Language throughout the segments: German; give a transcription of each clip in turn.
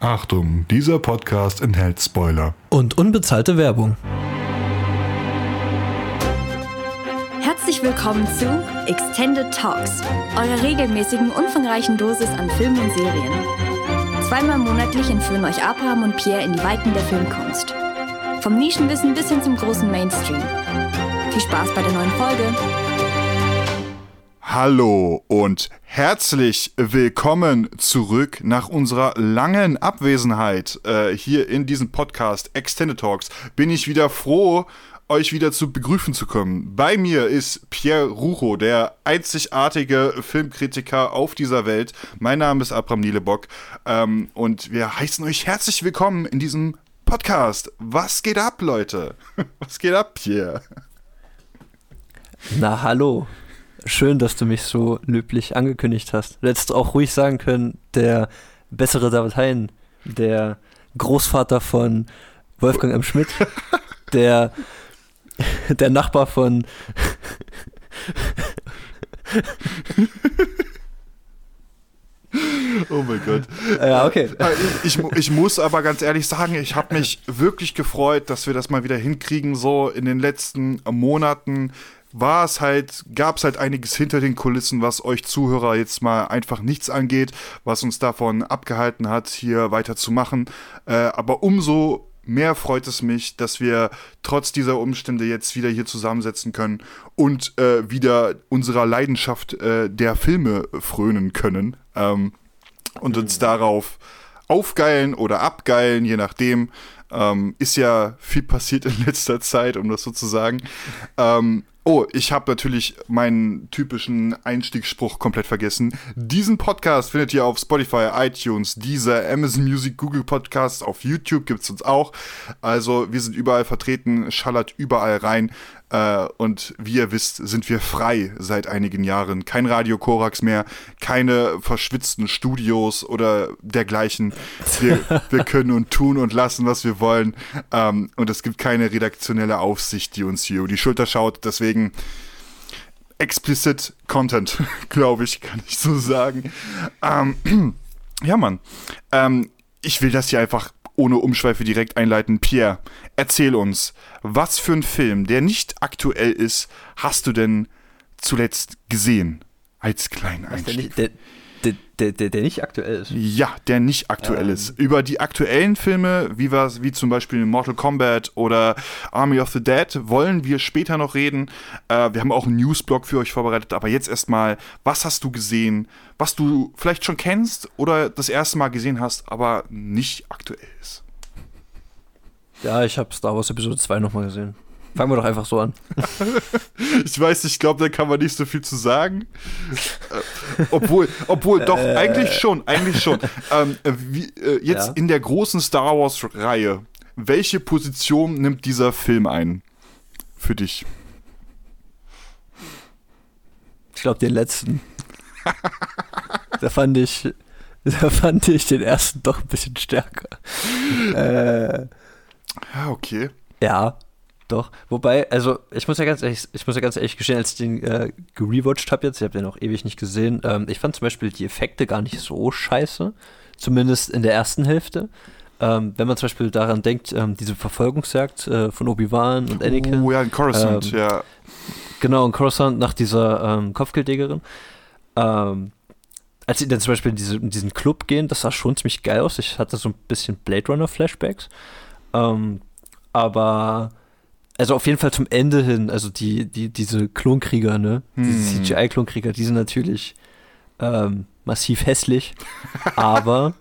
Achtung, dieser Podcast enthält Spoiler. Und unbezahlte Werbung. Herzlich willkommen zu Extended Talks, eurer regelmäßigen, umfangreichen Dosis an Filmen und Serien. Zweimal monatlich entführen euch Abraham und Pierre in die Weiten der Filmkunst. Vom Nischenwissen bis hin zum großen Mainstream. Viel Spaß bei der neuen Folge. Hallo und herzlich willkommen zurück nach unserer langen Abwesenheit hier in diesem Podcast Extended Talks. Bin ich wieder froh, euch wieder zu begrüßen zu können. Bei mir ist Pierre Rucho, der einzigartige Filmkritiker auf dieser Welt. Mein Name ist Abraham Nielebock und wir heißen euch herzlich willkommen in diesem Podcast. Was geht ab, Leute? Was geht ab, Pierre? Na, hallo. Schön, dass du mich so löblich angekündigt hast. Du hättest auch ruhig sagen können, der bessere David Hein, der Großvater von Wolfgang M. Schmidt, der Nachbar von Oh mein Gott. Ja, okay. Ich muss aber ganz ehrlich sagen, ich habe mich wirklich gefreut, dass wir das mal wieder hinkriegen. So in den letzten Monaten gab es halt einiges hinter den Kulissen, was euch Zuhörer jetzt mal einfach nichts angeht, was uns davon abgehalten hat, hier weiterzumachen. Aber umso mehr freut es mich, dass wir trotz dieser Umstände jetzt wieder hier zusammensetzen können und wieder unserer Leidenschaft der Filme frönen können und uns darauf aufgeilen oder abgeilen, je nachdem. Ist ja viel passiert in letzter Zeit, um das so zu sagen. Ich habe natürlich meinen typischen Einstiegsspruch komplett vergessen. Diesen Podcast findet ihr auf Spotify, iTunes, Deezer, Amazon Music, Google Podcasts, auf YouTube gibt's uns auch. Also wir sind überall vertreten, schallert überall rein. Und wie ihr wisst, sind wir frei seit einigen Jahren. Kein Radio Korax mehr, keine verschwitzten Studios oder dergleichen. Wir können und tun und lassen, was wir wollen. Und es gibt keine redaktionelle Aufsicht, die uns hier über die Schulter schaut. Deswegen explicit Content, glaube ich, kann ich so sagen. Ja, Mann. Ich will das hier einfach ohne Umschweife direkt einleiten. Pierre, erzähl uns, was für ein Film, der nicht aktuell ist, hast du denn zuletzt gesehen? Als kleinen Einstieg. Der nicht aktuell ist? Ja, der nicht aktuell ist. Über die aktuellen Filme, wie zum Beispiel Mortal Kombat oder Army of the Dead, wollen wir später noch reden. Wir haben auch einen Newsblog für euch vorbereitet, aber jetzt erstmal, was hast du gesehen, was du vielleicht schon kennst oder das erste Mal gesehen hast, aber nicht aktuell ist? Ja, ich habe Star Wars Episode 2 nochmal gesehen. Fangen wir doch einfach so an. Ich weiß, ich glaube, da kann man nicht so viel zu sagen. Obwohl doch, eigentlich schon. In der großen Star Wars-Reihe, welche Position nimmt dieser Film ein? Für dich? Ich glaube, den letzten. Da fand ich den ersten doch ein bisschen stärker. Ja, okay. Ja. Doch, wobei, also ich muss ja ganz ehrlich gestehen, als ich den gerewatcht habe jetzt, ich habe den auch ewig nicht gesehen, ich fand zum Beispiel die Effekte gar nicht so scheiße, zumindest in der ersten Hälfte. Wenn man zum Beispiel daran denkt, diese Verfolgungsjagd von Obi-Wan und Anakin. Oh ja, in Coruscant, ja. Genau, in Coruscant nach dieser Kopfgeldjägerin. Als sie dann zum Beispiel in diesen Club gehen, das sah schon ziemlich geil aus. Ich hatte so ein bisschen Blade Runner Flashbacks. Aber also auf jeden Fall zum Ende hin, also diese Klonkrieger, ne? Diese CGI-Klonkrieger, die sind natürlich massiv hässlich, aber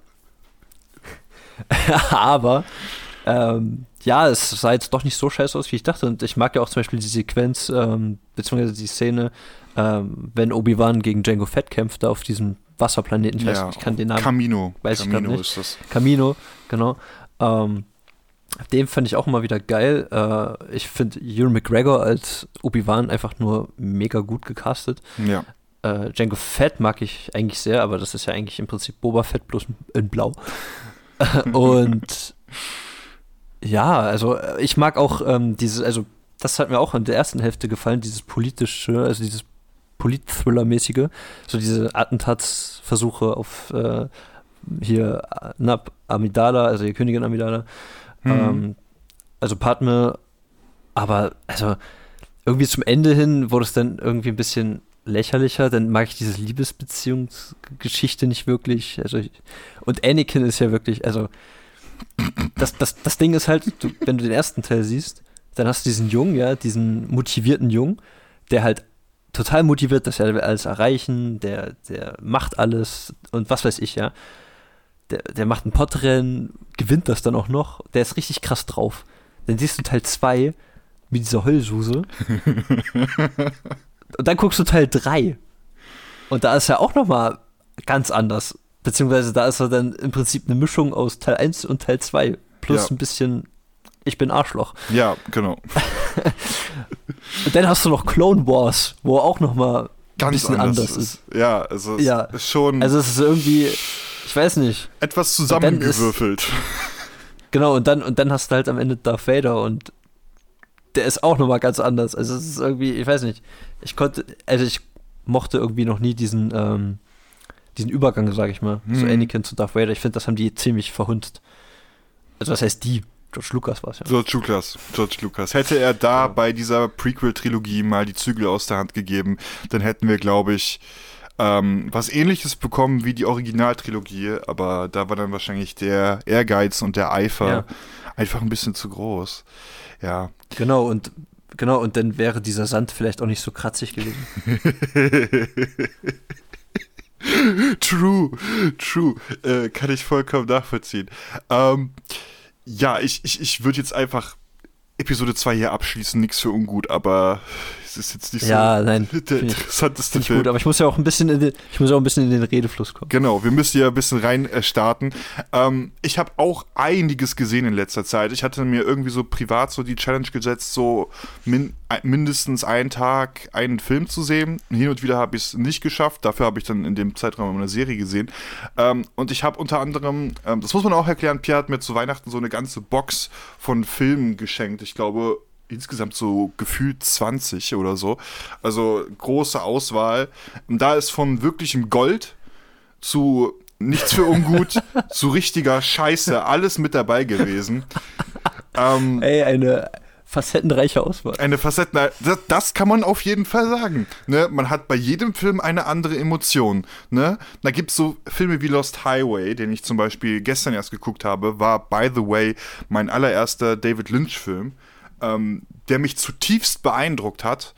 ja, es sah jetzt doch nicht so scheiße aus, wie ich dachte. Und ich mag ja auch zum Beispiel die Sequenz, beziehungsweise die Szene, wenn Obi-Wan gegen Jango Fett kämpft, da auf diesem Wasserplaneten. Ich kann den Namen. Kamino. Weiß ich gerade nicht. Ist das. Kamino, genau. Den fand ich auch immer wieder geil. Ich finde Ewan McGregor als Obi-Wan einfach nur mega gut gecastet. Ja. Jango Fett mag ich eigentlich sehr, aber das ist ja eigentlich im Prinzip Boba Fett bloß in Blau. Und ja, also ich mag auch das hat mir auch in der ersten Hälfte gefallen, dieses politische, also dieses Polit-Thriller-mäßige, so diese Attentatsversuche auf hier Amidala, also die Königin Amidala, also Padme, aber also irgendwie zum Ende hin wurde es dann irgendwie ein bisschen lächerlicher, dann mag ich diese Liebesbeziehungsgeschichte nicht wirklich, also und Anakin ist ja wirklich, also das Ding ist halt, wenn du den ersten Teil siehst, dann hast du diesen Jungen, ja, diesen motivierten Jungen, der halt total motiviert, dass er alles erreichen, der macht alles und was weiß ich, ja. Der macht ein Podrennen, gewinnt das dann auch noch, der ist richtig krass drauf. Dann siehst du Teil 2 mit dieser Heulsuse und dann guckst du Teil 3 und da ist er auch nochmal ganz anders, beziehungsweise da ist er dann im Prinzip eine Mischung aus Teil 1 und Teil 2 plus ein bisschen ich bin Arschloch. Ja, genau. Und dann hast du noch Clone Wars, wo auch nochmal ein bisschen anders ist. Ja, also es ist schon... Also es ist irgendwie, ich weiß nicht. Etwas zusammengewürfelt. Genau, und dann hast du halt am Ende Darth Vader und der ist auch nochmal ganz anders. Also es ist irgendwie, ich weiß nicht, ich mochte irgendwie noch nie diesen Übergang, sag ich mal, so Anakin zu Darth Vader. Ich finde, das haben die ziemlich verhunzt. Also was heißt die? George Lucas war es ja. George Lucas. Hätte er da bei dieser Prequel-Trilogie mal die Zügel aus der Hand gegeben, dann hätten wir, glaube ich, was Ähnliches bekommen wie die Originaltrilogie, aber da war dann wahrscheinlich der Ehrgeiz und der Eifer einfach ein bisschen zu groß. Ja. Genau, und dann wäre dieser Sand vielleicht auch nicht so kratzig gewesen. True. Kann ich vollkommen nachvollziehen. Ja, ich würde jetzt einfach Episode 2 hier abschließen, nichts für ungut, aber es ist jetzt nicht nein, der interessanteste Film. Gut, aber ich muss ja auch ein bisschen in den Redefluss kommen. Genau, wir müssen ja ein bisschen rein starten. Ich habe auch einiges gesehen in letzter Zeit. Ich hatte mir irgendwie so privat so die Challenge gesetzt, so mindestens einen Tag einen Film zu sehen. Hin und wieder habe ich es nicht geschafft. Dafür habe ich dann in dem Zeitraum eine Serie gesehen. Und ich habe unter anderem, das muss man auch erklären, Pierre hat mir zu Weihnachten so eine ganze Box von Filmen geschenkt. Ich glaube, insgesamt so gefühlt 20 oder so. Also große Auswahl. Und da ist von wirklichem Gold zu nichts für ungut zu richtiger Scheiße alles mit dabei gewesen. Eine facettenreiche Auswahl. Das kann man auf jeden Fall sagen. Ne? Man hat bei jedem Film eine andere Emotion. Ne? Da gibt es so Filme wie Lost Highway, den ich zum Beispiel gestern erst geguckt habe, war, by the way, mein allererster David Lynch-Film, der mich zutiefst beeindruckt hat.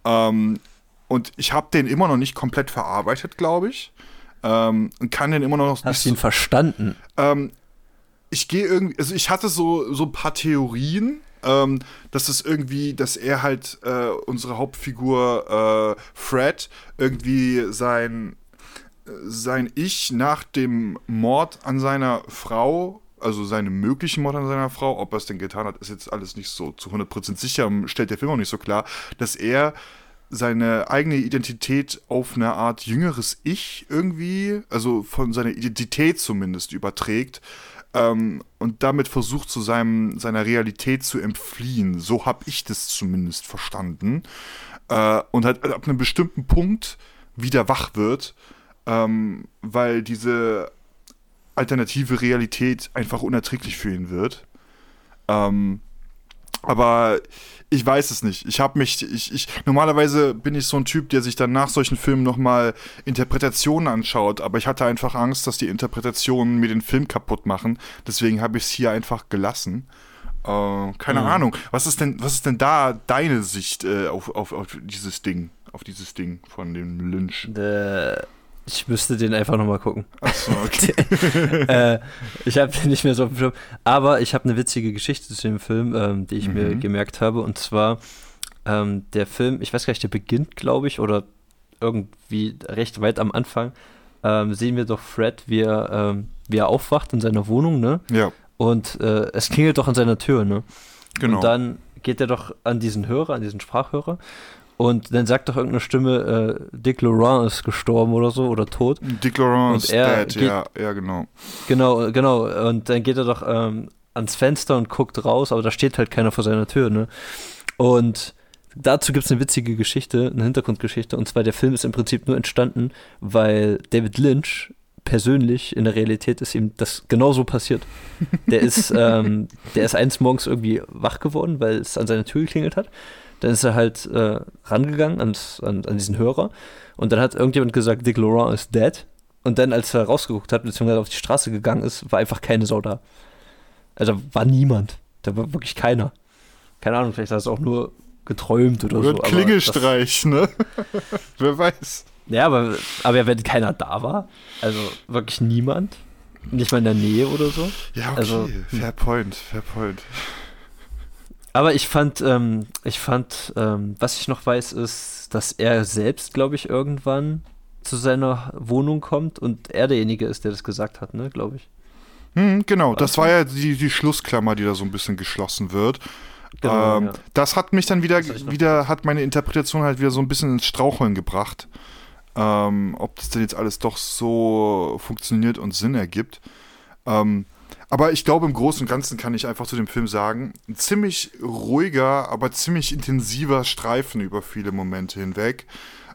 Und ich habe den immer noch nicht komplett verarbeitet, glaube ich. Und kann den immer noch Hast du ihn verstanden? Ich hatte so ein paar Theorien, dass er halt unsere Hauptfigur Fred irgendwie sein Ich nach dem Mord an seiner Frau, also seinem möglichen Mord an seiner Frau, ob er es denn getan hat, ist jetzt alles nicht so zu 100% sicher, stellt der Film auch nicht so klar, dass er seine eigene Identität auf eine Art jüngeres Ich irgendwie, also von seiner Identität zumindest überträgt, und damit versucht, zu seiner Realität zu entfliehen. So habe ich das zumindest verstanden. Und halt ab einem bestimmten Punkt wieder wach wird, weil diese alternative Realität einfach unerträglich für ihn wird. Aber ich weiß es nicht. Normalerweise bin ich so ein Typ, der sich dann nach solchen Filmen nochmal Interpretationen anschaut, aber ich hatte einfach Angst, dass die Interpretationen mir den Film kaputt machen. Deswegen habe ich es hier einfach gelassen. Keine Ahnung. Was ist denn da deine Sicht auf dieses Ding von dem Lynch? Ich müsste den einfach nochmal gucken. Achso, okay. Ich habe den nicht mehr so auf dem Schirm. Aber ich habe eine witzige Geschichte zu dem Film, die ich mir gemerkt habe. Und zwar, der Film, ich weiß gar nicht, der beginnt, glaube ich, oder irgendwie recht weit am Anfang, sehen wir doch Fred, wie er aufwacht in seiner Wohnung, ne? Ja. Und es klingelt doch an seiner Tür, ne? Genau. Und dann geht er doch an diesen Sprachhörer. Und dann sagt doch irgendeine Stimme, Dick Laurent ist gestorben oder so, oder tot. Dick Laurent ist dead, ja, genau. Genau. Und dann geht er doch ans Fenster und guckt raus, aber da steht halt keiner vor seiner Tür, ne? Und dazu gibt es eine witzige Geschichte, eine Hintergrundgeschichte. Und zwar, der Film ist im Prinzip nur entstanden, weil David Lynch persönlich in der Realität ist ihm das genauso passiert. Der ist eines Morgens irgendwie wach geworden, weil es an seiner Tür geklingelt hat. Dann ist er halt rangegangen an diesen Hörer und dann hat irgendjemand gesagt, Dick Laurent is dead. Und dann, als er rausgeguckt hat, beziehungsweise auf die Straße gegangen ist, war einfach keine Sau da. Also war niemand. Da war wirklich keiner. Keine Ahnung, vielleicht hat er es auch nur geträumt oder so. Oder ein Klingelstreich, ne? Wer weiß. Ja, aber wenn keiner da war, also wirklich niemand, nicht mal in der Nähe oder so. Ja, okay, also, fair point. Aber ich fand, was ich noch weiß, ist, dass er selbst, glaube ich, irgendwann zu seiner Wohnung kommt und er derjenige ist, der das gesagt hat, ne, glaube ich. Genau, das war ja die Schlussklammer, die da so ein bisschen geschlossen wird. Genau, ja. Das hat mich dann hat meine Interpretation halt wieder so ein bisschen ins Straucheln gebracht. Ob das denn jetzt alles doch so funktioniert und Sinn ergibt. Aber ich glaube, im Großen und Ganzen kann ich einfach zu dem Film sagen, ein ziemlich ruhiger, aber ziemlich intensiver Streifen über viele Momente hinweg.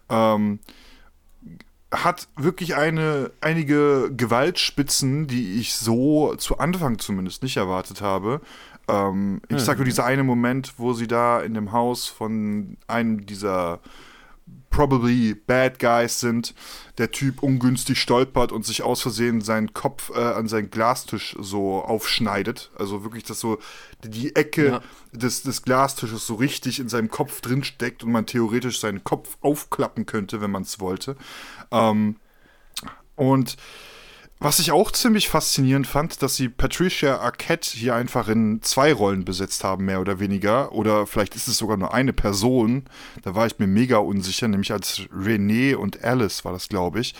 Hat wirklich einige Gewaltspitzen, die ich so zu Anfang zumindest nicht erwartet habe. Ich sage nur dieser eine Moment, wo sie da in dem Haus von einem dieser probably bad guys sind, der Typ ungünstig stolpert und sich aus Versehen seinen Kopf an seinen Glastisch so aufschneidet. Also wirklich, dass so die Ecke des Glastisches so richtig in seinem Kopf drin steckt und man theoretisch seinen Kopf aufklappen könnte, wenn man es wollte. Und was ich auch ziemlich faszinierend fand, dass sie Patricia Arquette hier einfach in 2 Rollen besetzt haben, mehr oder weniger. Oder vielleicht ist es sogar nur eine Person. Da war ich mir mega unsicher, nämlich als Renee und Alice war das, glaube ich.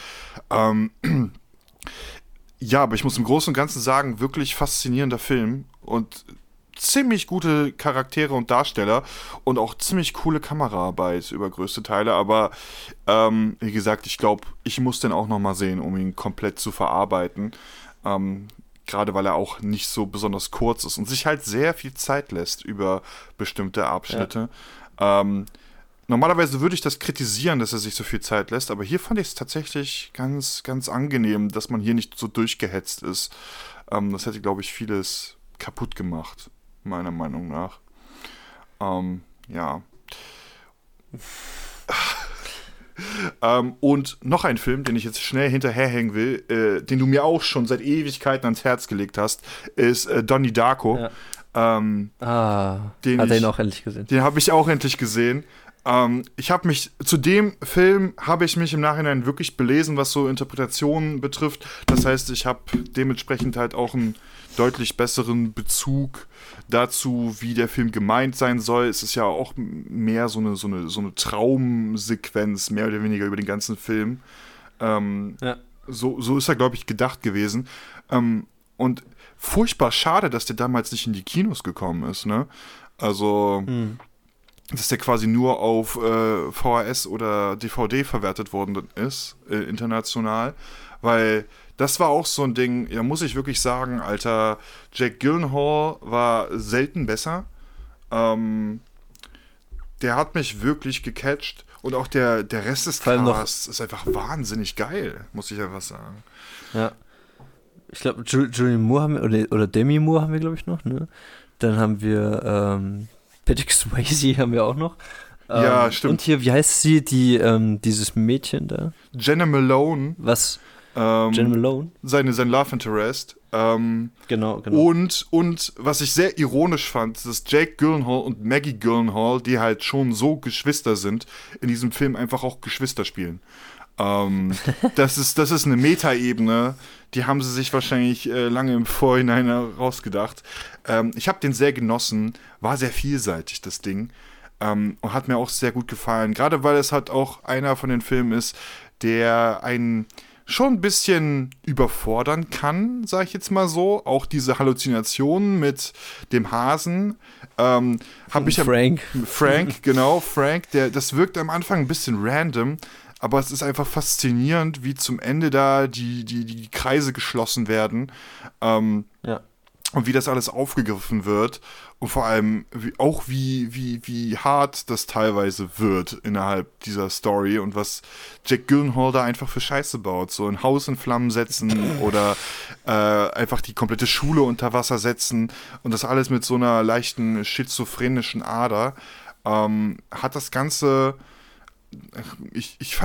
Ja, aber ich muss im Großen und Ganzen sagen, wirklich faszinierender Film und ziemlich gute Charaktere und Darsteller und auch ziemlich coole Kameraarbeit über größte Teile, aber wie gesagt, ich glaube, ich muss den auch nochmal sehen, um ihn komplett zu verarbeiten, gerade weil er auch nicht so besonders kurz ist und sich halt sehr viel Zeit lässt über bestimmte Abschnitte. Ja. Normalerweise würde ich das kritisieren, dass er sich so viel Zeit lässt, aber hier fand ich es tatsächlich ganz, ganz angenehm, dass man hier nicht so durchgehetzt ist. Das hätte, glaube ich, vieles kaputt gemacht, meiner Meinung nach. Ja. Und noch ein Film, den ich jetzt schnell hinterherhängen will, den du mir auch schon seit Ewigkeiten ans Herz gelegt hast, ist Donnie Darko. Ja. Hat er ihn auch endlich gesehen? Den habe ich auch endlich gesehen. Zu dem Film habe ich mich im Nachhinein wirklich belesen, was so Interpretationen betrifft. Das heißt, ich habe dementsprechend halt auch einen deutlich besseren Bezug dazu, wie der Film gemeint sein soll. Es ist ja auch mehr so eine Traumsequenz, mehr oder weniger über den ganzen Film. So ist er, glaube ich, gedacht gewesen. Und furchtbar schade, dass der damals nicht in die Kinos gekommen ist, ne? Also dass der quasi nur auf VHS oder DVD verwertet worden ist, international, weil das war auch so ein Ding, ja, muss ich wirklich sagen, Alter, Jake Gyllenhaal war selten besser. Der hat mich wirklich gecatcht und auch der Rest des Casts ist einfach wahnsinnig geil, muss ich einfach sagen. Ja. Ich glaube, Julianne Moore haben wir, oder Demi Moore haben wir, glaube ich, noch, ne? Dann haben wir Patrick Swayze haben wir auch noch. Ja, stimmt. Und hier, wie heißt sie, dieses Mädchen da? Jenna Malone. Was? Jenna Malone? Sein Love Interest. Genau. Und was ich sehr ironisch fand, dass Jake Gyllenhaal und Maggie Gyllenhaal, die halt schon so Geschwister sind, in diesem Film einfach auch Geschwister spielen. Das ist eine Metaebene, die haben sie sich wahrscheinlich lange im Vorhinein rausgedacht. Ich habe den sehr genossen, war sehr vielseitig, das Ding, und hat mir auch sehr gut gefallen, gerade weil es halt auch einer von den Filmen ist, der einen schon ein bisschen überfordern kann, sag ich jetzt mal so. Auch diese Halluzinationen mit dem Hasen. Frank, genau, Frank, das wirkt am Anfang ein bisschen random, aber es ist einfach faszinierend, wie zum Ende da die Kreise geschlossen werden. Ja. und wie das alles aufgegriffen wird und vor allem wie hart das teilweise wird innerhalb dieser Story und was Jack Gyllenhaal da einfach für Scheiße baut. So ein Haus in Flammen setzen oder einfach die komplette Schule unter Wasser setzen und das alles mit so einer leichten schizophrenischen Ader. Hat das Ganze... Ich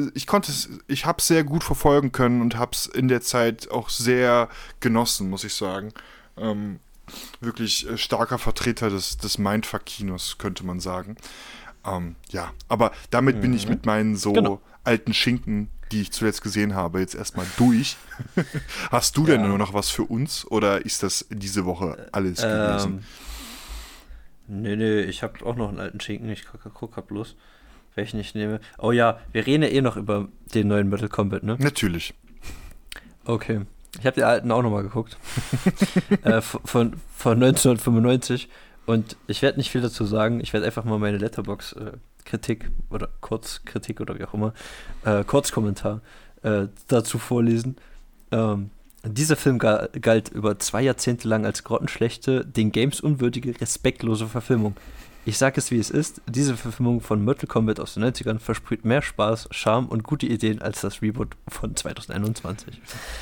hab's sehr gut verfolgen können und hab's in der Zeit auch sehr genossen, muss ich sagen. Wirklich starker Vertreter des Mindfuck-Kinos, könnte man sagen. Ja, aber damit bin ich mit meinen alten Schinken, die ich zuletzt gesehen habe, jetzt erstmal durch. Hast du denn nur noch was für uns oder ist das diese Woche alles gewesen? Nee, ich habe auch noch einen alten Schinken, ich guck bloß, welchen ich nehme. Oh ja, wir reden ja eh noch über den neuen Mortal Kombat, ne? Natürlich. Okay. Ich habe den alten auch nochmal geguckt. von 1995. Und ich werde nicht viel dazu sagen. Ich werde einfach mal meine Letterboxd-Kritik oder Kurzkritik oder wie auch immer, Kurzkommentar dazu vorlesen. Dieser Film galt über 2 Jahrzehnte lang als grottenschlechte, den Games unwürdige, respektlose Verfilmung. Ich sage es wie es ist, diese Verfilmung von Mortal Kombat aus den 90ern versprüht mehr Spaß, Charme und gute Ideen als das Reboot von 2021.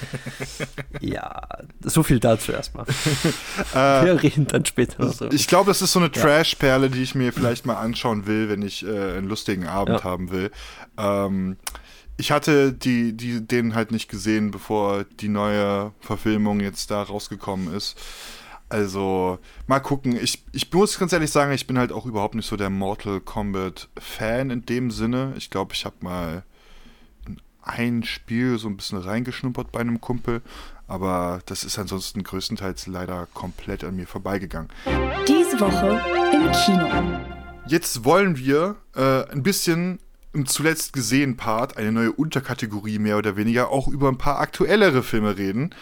Ja, so viel dazu erstmal. Wir reden dann später noch so. Ich glaube, das ist so eine Trash-Perle, die ich mir vielleicht mal anschauen will, wenn ich einen lustigen Abend haben will. Ich hatte den halt nicht gesehen, bevor die neue Verfilmung jetzt da rausgekommen ist. Also, mal gucken. Ich muss ganz ehrlich sagen, ich bin halt auch überhaupt nicht so der Mortal Kombat-Fan in dem Sinne. Ich glaube, ich habe mal in ein Spiel so ein bisschen reingeschnuppert bei einem Kumpel, aber das ist ansonsten größtenteils leider komplett an mir vorbeigegangen. Diese Woche im Kino. Jetzt wollen wir ein bisschen im zuletzt gesehenen Part, eine neue Unterkategorie mehr oder weniger, auch über ein paar aktuellere Filme reden.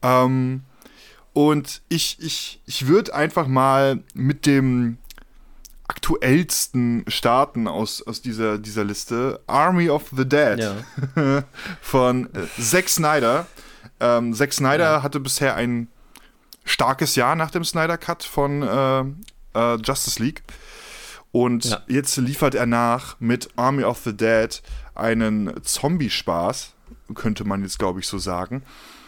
Und ich würde einfach mal mit dem aktuellsten starten aus dieser Liste. Army of the Dead von Zack Snyder. Zack Snyder hatte bisher ein starkes Jahr nach dem Snyder Cut von Justice League. Und jetzt liefert er nach mit Army of the Dead einen Zombie-Spaß, könnte man jetzt, glaube ich, so sagen.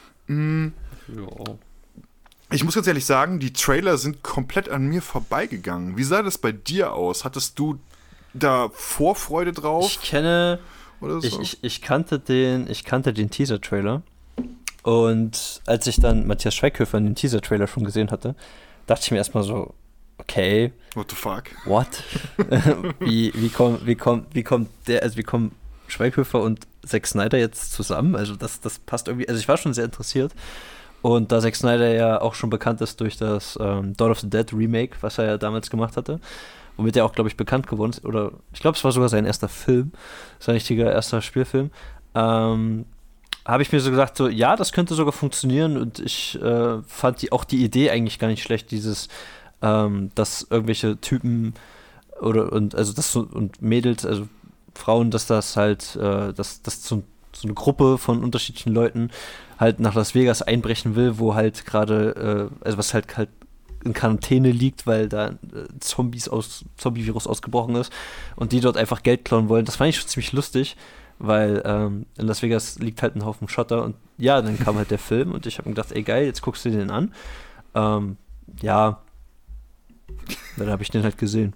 Ich muss ganz ehrlich sagen, die Trailer sind komplett an mir vorbeigegangen. Wie sah das bei dir aus? Hattest du da Vorfreude drauf? Ich kannte den Teaser-Trailer. Und als ich dann Matthias Schweighöfer in den Teaser-Trailer schon gesehen hatte, dachte ich mir erstmal so, okay. What the fuck? What? wie kommen Schweighöfer und Zack Snyder jetzt zusammen? Also das passt irgendwie. Also ich war schon sehr interessiert. Und da Zack Snyder ja auch schon bekannt ist durch das Dawn of the Dead Remake, was er ja damals gemacht hatte, womit er auch, glaube ich, bekannt geworden ist, oder ich glaube, es war sogar sein erster Film, sein richtiger erster Spielfilm, habe ich mir so gesagt, so, ja, das könnte sogar funktionieren und ich fand auch die Idee eigentlich gar nicht schlecht, dieses, dass irgendwelche Typen und Mädels, also Frauen, dass das halt, dass so eine Gruppe von unterschiedlichen Leuten halt nach Las Vegas einbrechen will, wo halt gerade, also was halt in Quarantäne liegt, weil da Zombie-Virus ausgebrochen ist und die dort einfach Geld klauen wollen. Das fand ich schon ziemlich lustig, weil in Las Vegas liegt halt ein Haufen Schotter und ja, dann kam halt der Film und ich habe mir gedacht, ey geil, jetzt guckst du den an. Ja, dann habe ich den halt gesehen.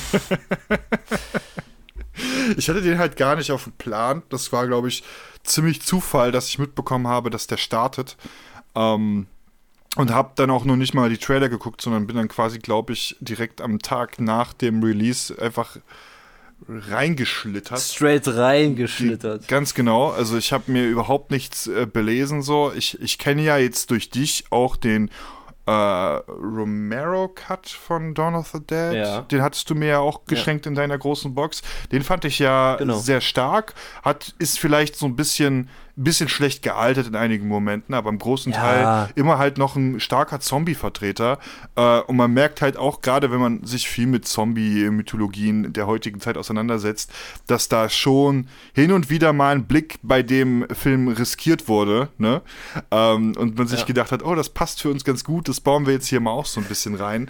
Ich hatte den halt gar nicht auf dem Plan. Das war, glaube ich, ziemlich Zufall, dass ich mitbekommen habe, dass der startet. Und habe dann auch noch nicht mal die Trailer geguckt, sondern bin dann quasi, glaube ich, direkt am Tag nach dem Release einfach reingeschlittert. Straight reingeschlittert. Ganz genau. Also ich habe mir überhaupt nichts belesen. So. Ich kenne ja jetzt durch dich auch den Romero-Cut von Dawn of the Dead. Ja. Den hattest du mir ja auch geschenkt in deiner großen Box. Den fand ich ja sehr stark. Ist vielleicht so ein bisschen ein bisschen schlecht gealtert in einigen Momenten, aber im großen Teil immer halt noch ein starker Zombie-Vertreter. Und man merkt halt auch, gerade wenn man sich viel mit Zombie-Mythologien der heutigen Zeit auseinandersetzt, dass da schon hin und wieder mal ein Blick bei dem Film riskiert wurde, ne? Und man sich gedacht hat, oh, das passt für uns ganz gut, das bauen wir jetzt hier mal auch so ein bisschen rein.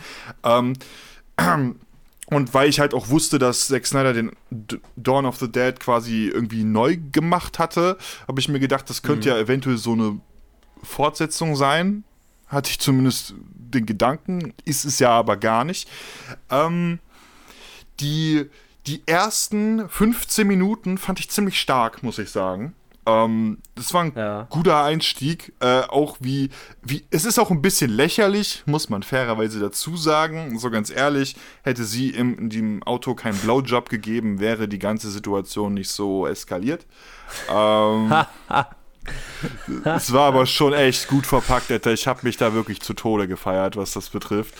Und weil ich halt auch wusste, dass Zack Snyder den Dawn of the Dead quasi irgendwie neu gemacht hatte, habe ich mir gedacht, das könnte ja eventuell so eine Fortsetzung sein. Hatte ich zumindest den Gedanken, ist es ja aber gar nicht. Die ersten 15 Minuten fand ich ziemlich stark, muss ich sagen. Das war ein guter Einstieg, auch wie es ist auch ein bisschen lächerlich, muss man fairerweise dazu sagen, so ganz ehrlich, hätte sie in dem Auto keinen Blowjob gegeben, wäre die ganze Situation nicht so eskaliert. Es war aber schon echt gut verpackt, Alter. Ich habe mich da wirklich zu Tode gefeiert, was das betrifft.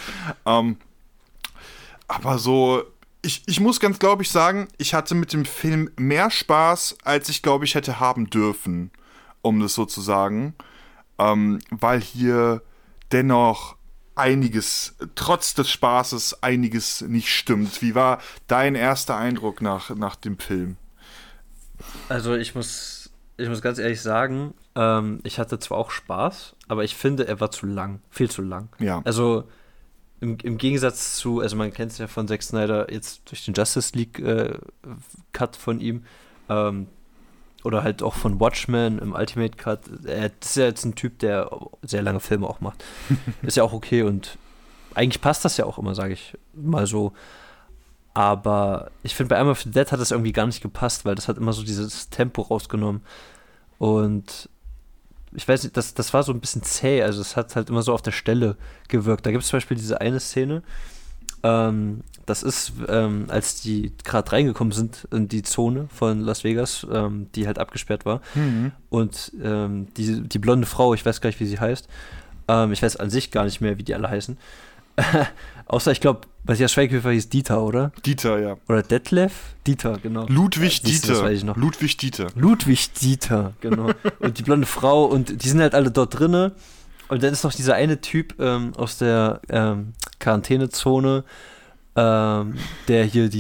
Aber so, ich muss ganz glaube ich sagen, ich hatte mit dem Film mehr Spaß, als ich glaube ich hätte haben dürfen, um das so zu sagen. Weil hier dennoch einiges, trotz des Spaßes, einiges nicht stimmt. Wie war dein erster Eindruck nach dem Film? Also ich muss ganz ehrlich sagen, ich hatte zwar auch Spaß, aber ich finde, er war zu lang, viel zu lang. Ja. Also im Gegensatz zu, also man kennt es ja von Zack Snyder jetzt durch den Justice League Cut von ihm, oder halt auch von Watchmen im Ultimate Cut. Das ist ja jetzt ein Typ, der sehr lange Filme auch macht. Ist ja auch okay und eigentlich passt das ja auch immer, sage ich mal so. Aber ich finde, bei Arm of the Dead hat das irgendwie gar nicht gepasst, weil das hat immer so dieses Tempo rausgenommen. Und ich weiß nicht, das war so ein bisschen zäh, also es hat halt immer so auf der Stelle gewirkt. Da gibt es zum Beispiel diese eine Szene, das ist, als die gerade reingekommen sind in die Zone von Las Vegas, die halt abgesperrt war. Und die blonde Frau, ich weiß gar nicht, wie sie heißt, ich weiß an sich gar nicht mehr, wie die alle heißen. Außer, ich glaube, Matthias Schweighöfer hieß Dieter, oder? Dieter, ja. Oder Detlef? Dieter, genau. Ludwig Dieter. Das weiß ich noch. Ludwig Dieter, genau. Und die blonde Frau, und die sind halt alle dort drinne. Und dann ist noch dieser eine Typ aus der Quarantänezone, der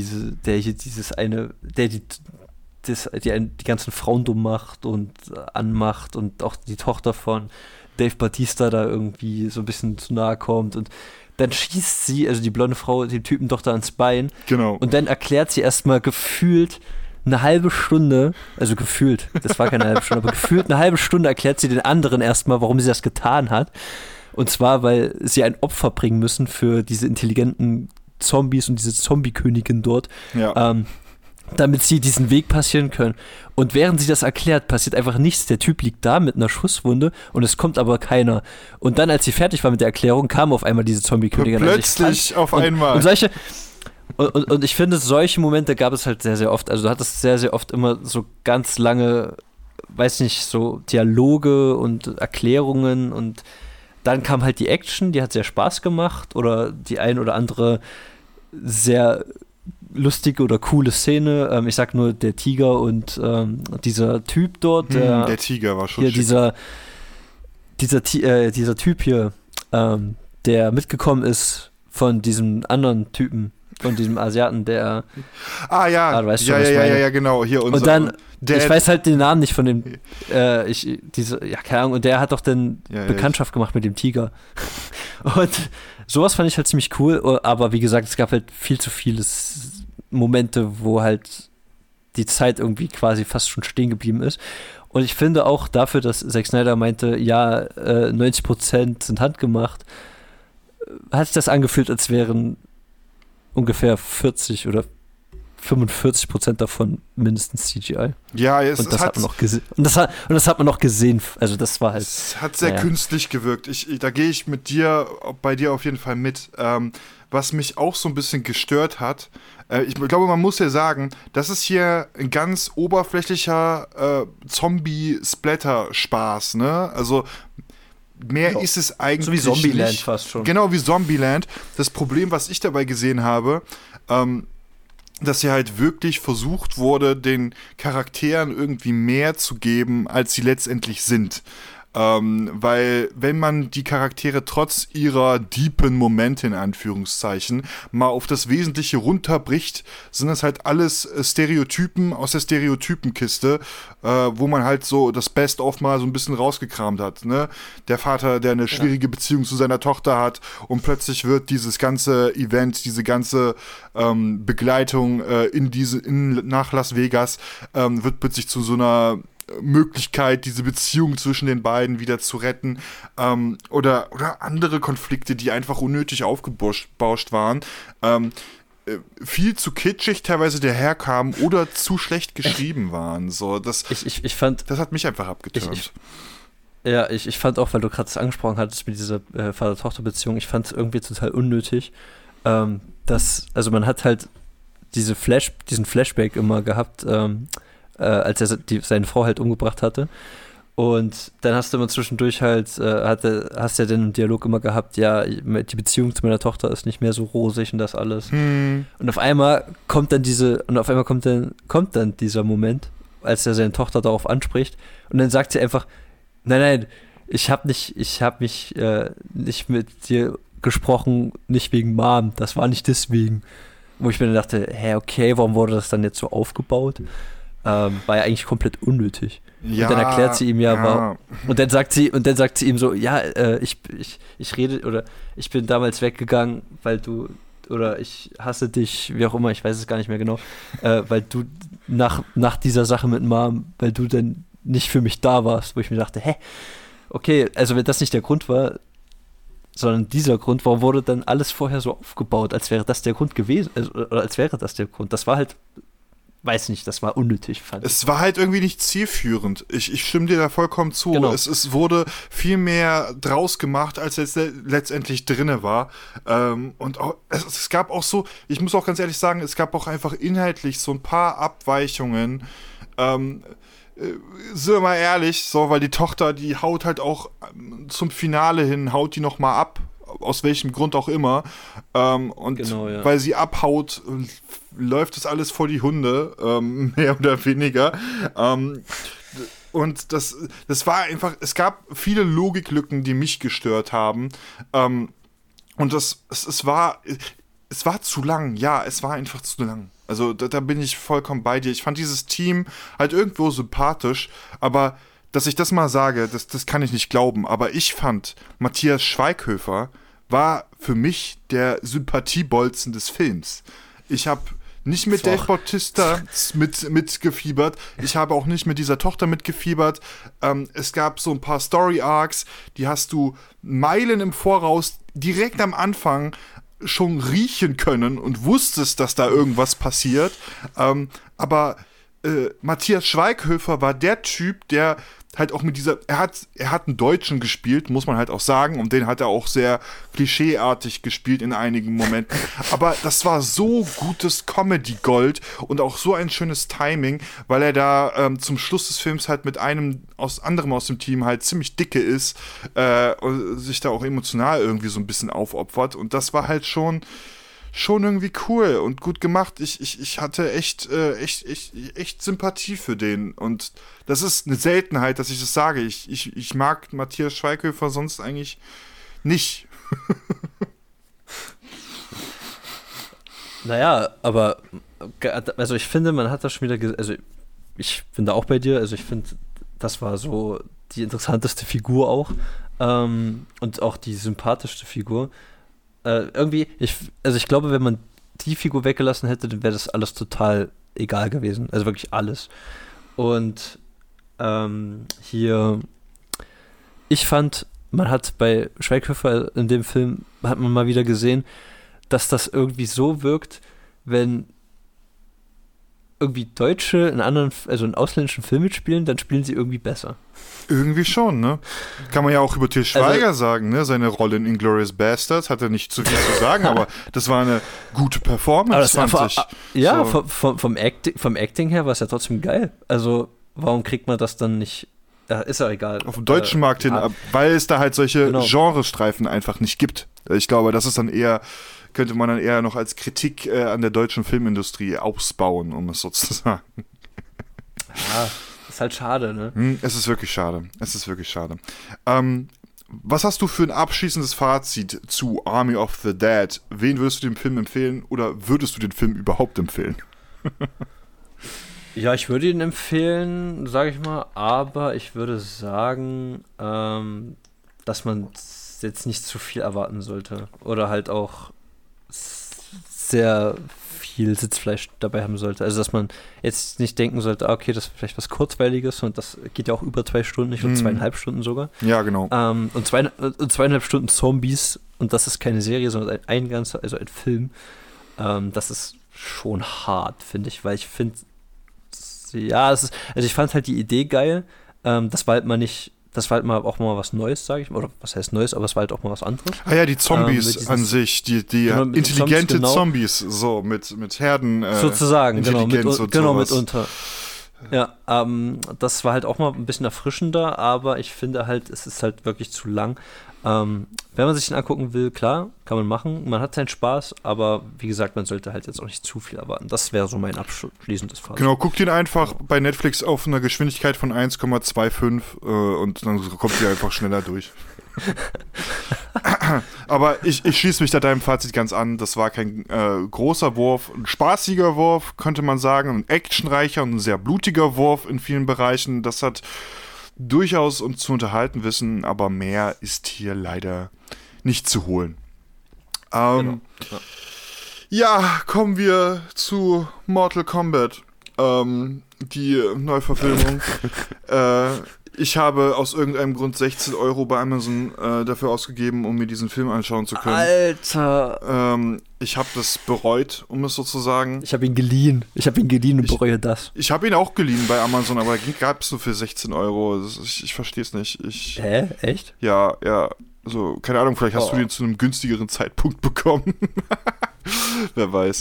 die ganzen Frauen dumm macht und anmacht und auch die Tochter von Dave Bautista da irgendwie so ein bisschen zu nahe kommt, und dann schießt sie, also die blonde Frau, den Typen doch da ans Bein. Genau. Und dann erklärt sie erstmal gefühlt eine halbe Stunde, also gefühlt, das war keine halbe Stunde, aber gefühlt eine halbe Stunde erklärt sie den anderen erstmal, warum sie das getan hat. Und zwar, weil sie ein Opfer bringen müssen für diese intelligenten Zombies und diese Zombie-Königin dort. Ja. Damit sie diesen Weg passieren können. Und während sie das erklärt, passiert einfach nichts. Der Typ liegt da mit einer Schusswunde und es kommt aber keiner. Und dann, als sie fertig war mit der Erklärung, kam auf einmal diese Zombie-Königin. Plötzlich auf einmal. Und ich finde, solche Momente gab es halt sehr, sehr oft. Also du hattest sehr, sehr oft immer so ganz lange, weiß nicht, so Dialoge und Erklärungen, und dann kam halt die Action, die hat sehr Spaß gemacht, oder die ein oder andere sehr lustige oder coole Szene. Ich sag nur der Tiger und dieser Typ dort. Der Tiger war schon hier dieser Typ hier, der mitgekommen ist von diesem anderen Typen, von diesem Asiaten, der du weißt schon, was ich meine. Ja, genau. Hier und dann, ich weiß halt den Namen nicht von dem, keine Ahnung, und der hat doch dann Bekanntschaft gemacht mit dem Tiger. Und sowas fand ich halt ziemlich cool, aber wie gesagt, es gab halt viel zu viele Momente, wo halt die Zeit irgendwie quasi fast schon stehen geblieben ist. Und ich finde auch dafür, dass Zack Snyder meinte, 90% sind handgemacht, hat sich das angefühlt, als wären ungefähr 40 oder 45% davon mindestens CGI. Ja, und das hat man noch gesehen. Und das hat man noch gesehen. Also das war halt. Es hat sehr künstlich gewirkt. Da gehe ich bei dir auf jeden Fall mit. Was mich auch so ein bisschen gestört hat, ich glaube, man muss ja sagen, das ist hier ein ganz oberflächlicher Zombie-Splatter-Spaß, ne? Also mehr ist es eigentlich nicht. So wie Zombieland fast schon. Genau, wie Zombieland. Das Problem, was ich dabei gesehen habe, dass hier halt wirklich versucht wurde, den Charakteren irgendwie mehr zu geben, als sie letztendlich sind. Weil wenn man die Charaktere trotz ihrer deepen Momente in Anführungszeichen mal auf das Wesentliche runterbricht, sind das halt alles Stereotypen aus der Stereotypenkiste, wo man halt so das Best-of mal so ein bisschen rausgekramt hat. Ne? Der Vater, der eine schwierige Beziehung zu seiner Tochter hat und plötzlich wird dieses ganze Event, diese ganze Begleitung nach Las Vegas wird plötzlich zu so einer Möglichkeit, diese Beziehung zwischen den beiden wieder zu retten, oder andere Konflikte, die einfach unnötig aufgebauscht waren, viel zu kitschig teilweise daherkamen oder zu schlecht geschrieben waren. So, Ich fand, das hat mich einfach abgeturnt. ich fand auch, weil du gerade das angesprochen hattest mit dieser Vater-Tochter-Beziehung, ich fand es irgendwie total unnötig, also man hat halt diesen Flashback immer gehabt, als er seine Frau halt umgebracht hatte. Und dann hast du immer zwischendurch halt, hast ja dann im Dialog immer gehabt, ja, die Beziehung zu meiner Tochter ist nicht mehr so rosig und das alles. Und auf einmal kommt dann kommt dann dieser Moment, als er seine Tochter darauf anspricht und dann sagt sie einfach, nein, ich hab mich nicht mit dir gesprochen, nicht wegen Mom, das war nicht deswegen. Wo ich mir dann dachte, okay, warum wurde das dann jetzt so aufgebaut? War ja eigentlich komplett unnötig. Ja, und dann erklärt sie ihm warum. Und dann sagt sie ihm so, ja, ich rede, oder ich bin damals weggegangen, weil du, oder ich hasse dich, wie auch immer, ich weiß es gar nicht mehr genau, weil du nach dieser Sache mit Mom, weil du dann nicht für mich da warst, wo ich mir dachte, okay, also wenn das nicht der Grund war, sondern dieser Grund, warum wurde dann alles vorher so aufgebaut, als wäre das der Grund gewesen, oder als wäre das der Grund. Das war halt, weiß nicht, das war unnötig, fand ich. Es war halt irgendwie nicht zielführend. Ich stimme dir da vollkommen zu. Genau. Es wurde viel mehr draus gemacht, als es letztendlich drinne war. Und auch, es gab auch so, ich muss auch ganz ehrlich sagen, es gab auch einfach inhaltlich so ein paar Abweichungen. Sind wir mal ehrlich, so, weil die Tochter, die haut halt auch zum Finale hin, haut die nochmal ab, aus welchem Grund auch immer. Und genau, ja. Weil sie abhaut, läuft das alles vor die Hunde, mehr oder weniger. Und das war einfach, es gab viele Logiklücken, die mich gestört haben. Und es war zu lang. Ja, es war einfach zu lang. Also da bin ich vollkommen bei dir. Ich fand dieses Team halt irgendwo sympathisch, aber dass ich das mal sage, das kann ich nicht glauben. Aber ich fand, Matthias Schweighöfer war für mich der Sympathiebolzen des Films. Ich habe nicht mit Dave Bautista mitgefiebert. Ich habe auch nicht mit dieser Tochter mitgefiebert. Es gab so ein paar Story-Arcs, die hast du Meilen im Voraus direkt am Anfang schon riechen können und wusstest, dass da irgendwas passiert. Aber Matthias Schweighöfer war der Typ, der halt auch mit dieser, er hat einen Deutschen gespielt, muss man halt auch sagen, und den hat er auch sehr klischeeartig gespielt in einigen Momenten, aber das war so gutes Comedy-Gold und auch so ein schönes Timing, weil er da zum Schluss des Films halt mit einem anderem aus dem Team halt ziemlich dicke ist und sich da auch emotional irgendwie so ein bisschen aufopfert, und das war halt schon irgendwie cool und gut gemacht. Ich hatte echt Sympathie für den. Und das ist eine Seltenheit, dass ich das sage. Ich mag Matthias Schweighöfer sonst eigentlich nicht. Naja, aber also ich finde, man hat das schon wieder also ich bin da auch bei dir. Also ich finde, das war so die interessanteste Figur auch. Und auch die sympathischste Figur. Irgendwie, ich glaube, wenn man die Figur weggelassen hätte, dann wäre das alles total egal gewesen. Also wirklich alles. Und ich fand, man hat bei Schweighöfer in dem Film, hat man mal wieder gesehen, dass das irgendwie so wirkt, wenn irgendwie Deutsche in ausländischen Filmen mitspielen, dann spielen sie irgendwie besser. Irgendwie schon, ne? Kann man ja auch über Til Schweiger sagen, ne? Seine Rolle in Inglourious Basterds hat er nicht zu viel zu sagen, aber das war eine gute Performance, fand ich. Ja, so. vom Acting her war es ja trotzdem geil. Also, warum kriegt man das dann nicht? Ja, ist ja egal. Auf dem deutschen Markt hin, weil es da halt solche Genrestreifen einfach nicht gibt. Ich glaube, das ist dann eher könnte man dann eher noch als Kritik an der deutschen Filmindustrie ausbauen, um es so zu sagen. Ja, ist halt schade, ne? Es ist wirklich schade. Was hast du für ein abschließendes Fazit zu Army of the Dead? Wen würdest du den Film empfehlen oder würdest du den Film überhaupt empfehlen? Ja, ich würde ihn empfehlen, sage ich mal, aber ich würde sagen, dass man jetzt nicht zu viel erwarten sollte. Oder halt auch sehr viel Sitzfleisch dabei haben sollte. Also, dass man jetzt nicht denken sollte, okay, das ist vielleicht was Kurzweiliges und das geht ja auch über 2 Stunden, ich glaube 2,5 Stunden sogar. Ja, genau. Und 2,5 Stunden Zombies und das ist keine Serie, sondern ein ganzer, also ein Film. Das ist schon hart, finde ich, weil ich finde, ja, ich fand halt die Idee geil. Das war halt mal auch mal was Neues, sage ich mal. Oder was heißt Neues, aber es war halt auch mal was anderes. Ah ja, die Zombies an sich, die genau, intelligente Zombies, so mit Herden. Sozusagen, genau, sowas. Mitunter. Ja, das war halt auch mal ein bisschen erfrischender, aber ich finde halt, es ist halt wirklich zu lang. Wenn man sich den angucken will, klar, kann man machen. Man hat seinen Spaß, aber wie gesagt, man sollte halt jetzt auch nicht zu viel erwarten. Das wäre so mein abschließendes Fazit. Genau, guckt ihn einfach bei Netflix auf einer Geschwindigkeit von 1,25 und dann kommt ihr einfach schneller durch. Aber ich schließe mich da deinem Fazit ganz an. Das war kein großer Wurf, ein spaßiger Wurf, könnte man sagen, ein actionreicher und ein sehr blutiger Wurf in vielen Bereichen. Das hat durchaus uns zu unterhalten wissen, aber mehr ist hier leider nicht zu holen. Genau. Ja, kommen wir zu Mortal Kombat. Die Neuverfilmung. Ich habe aus irgendeinem Grund 16 € bei Amazon dafür ausgegeben, um mir diesen Film anschauen zu können. Alter! Ich habe das bereut, um es so zu sagen. Ich habe ihn geliehen und bereue das. Ich habe ihn auch geliehen bei Amazon, aber gab es nur für 16 €. Ich verstehe es nicht. Hä? Echt? Ja. So, keine Ahnung, vielleicht hast du den zu einem günstigeren Zeitpunkt bekommen. Wer weiß.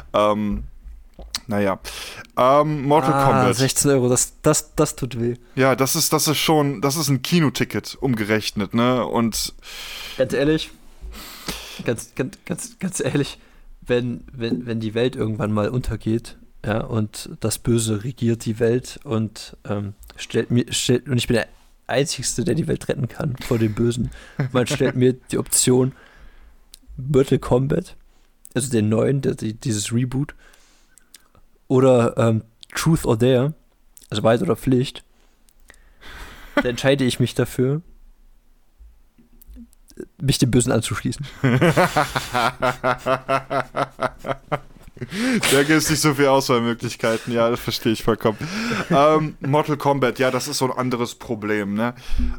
Naja. Mortal Kombat. 16 €, das tut weh. Ja, das ist ein Kinoticket umgerechnet, ne? Und ganz ehrlich, wenn die Welt irgendwann mal untergeht, ja, und das Böse regiert die Welt und und ich bin der Einzigste, der die Welt retten kann vor dem Bösen. Man stellt mir die Option Mortal Kombat, also den neuen, dieses Reboot, oder Truth or Dare, also Wahrheit oder Pflicht, da entscheide ich mich dafür, mich dem Bösen anzuschließen. Da gibt es nicht so viele Auswahlmöglichkeiten, ja, das verstehe ich vollkommen. Mortal Kombat, ja, das ist so ein anderes Problem, ne?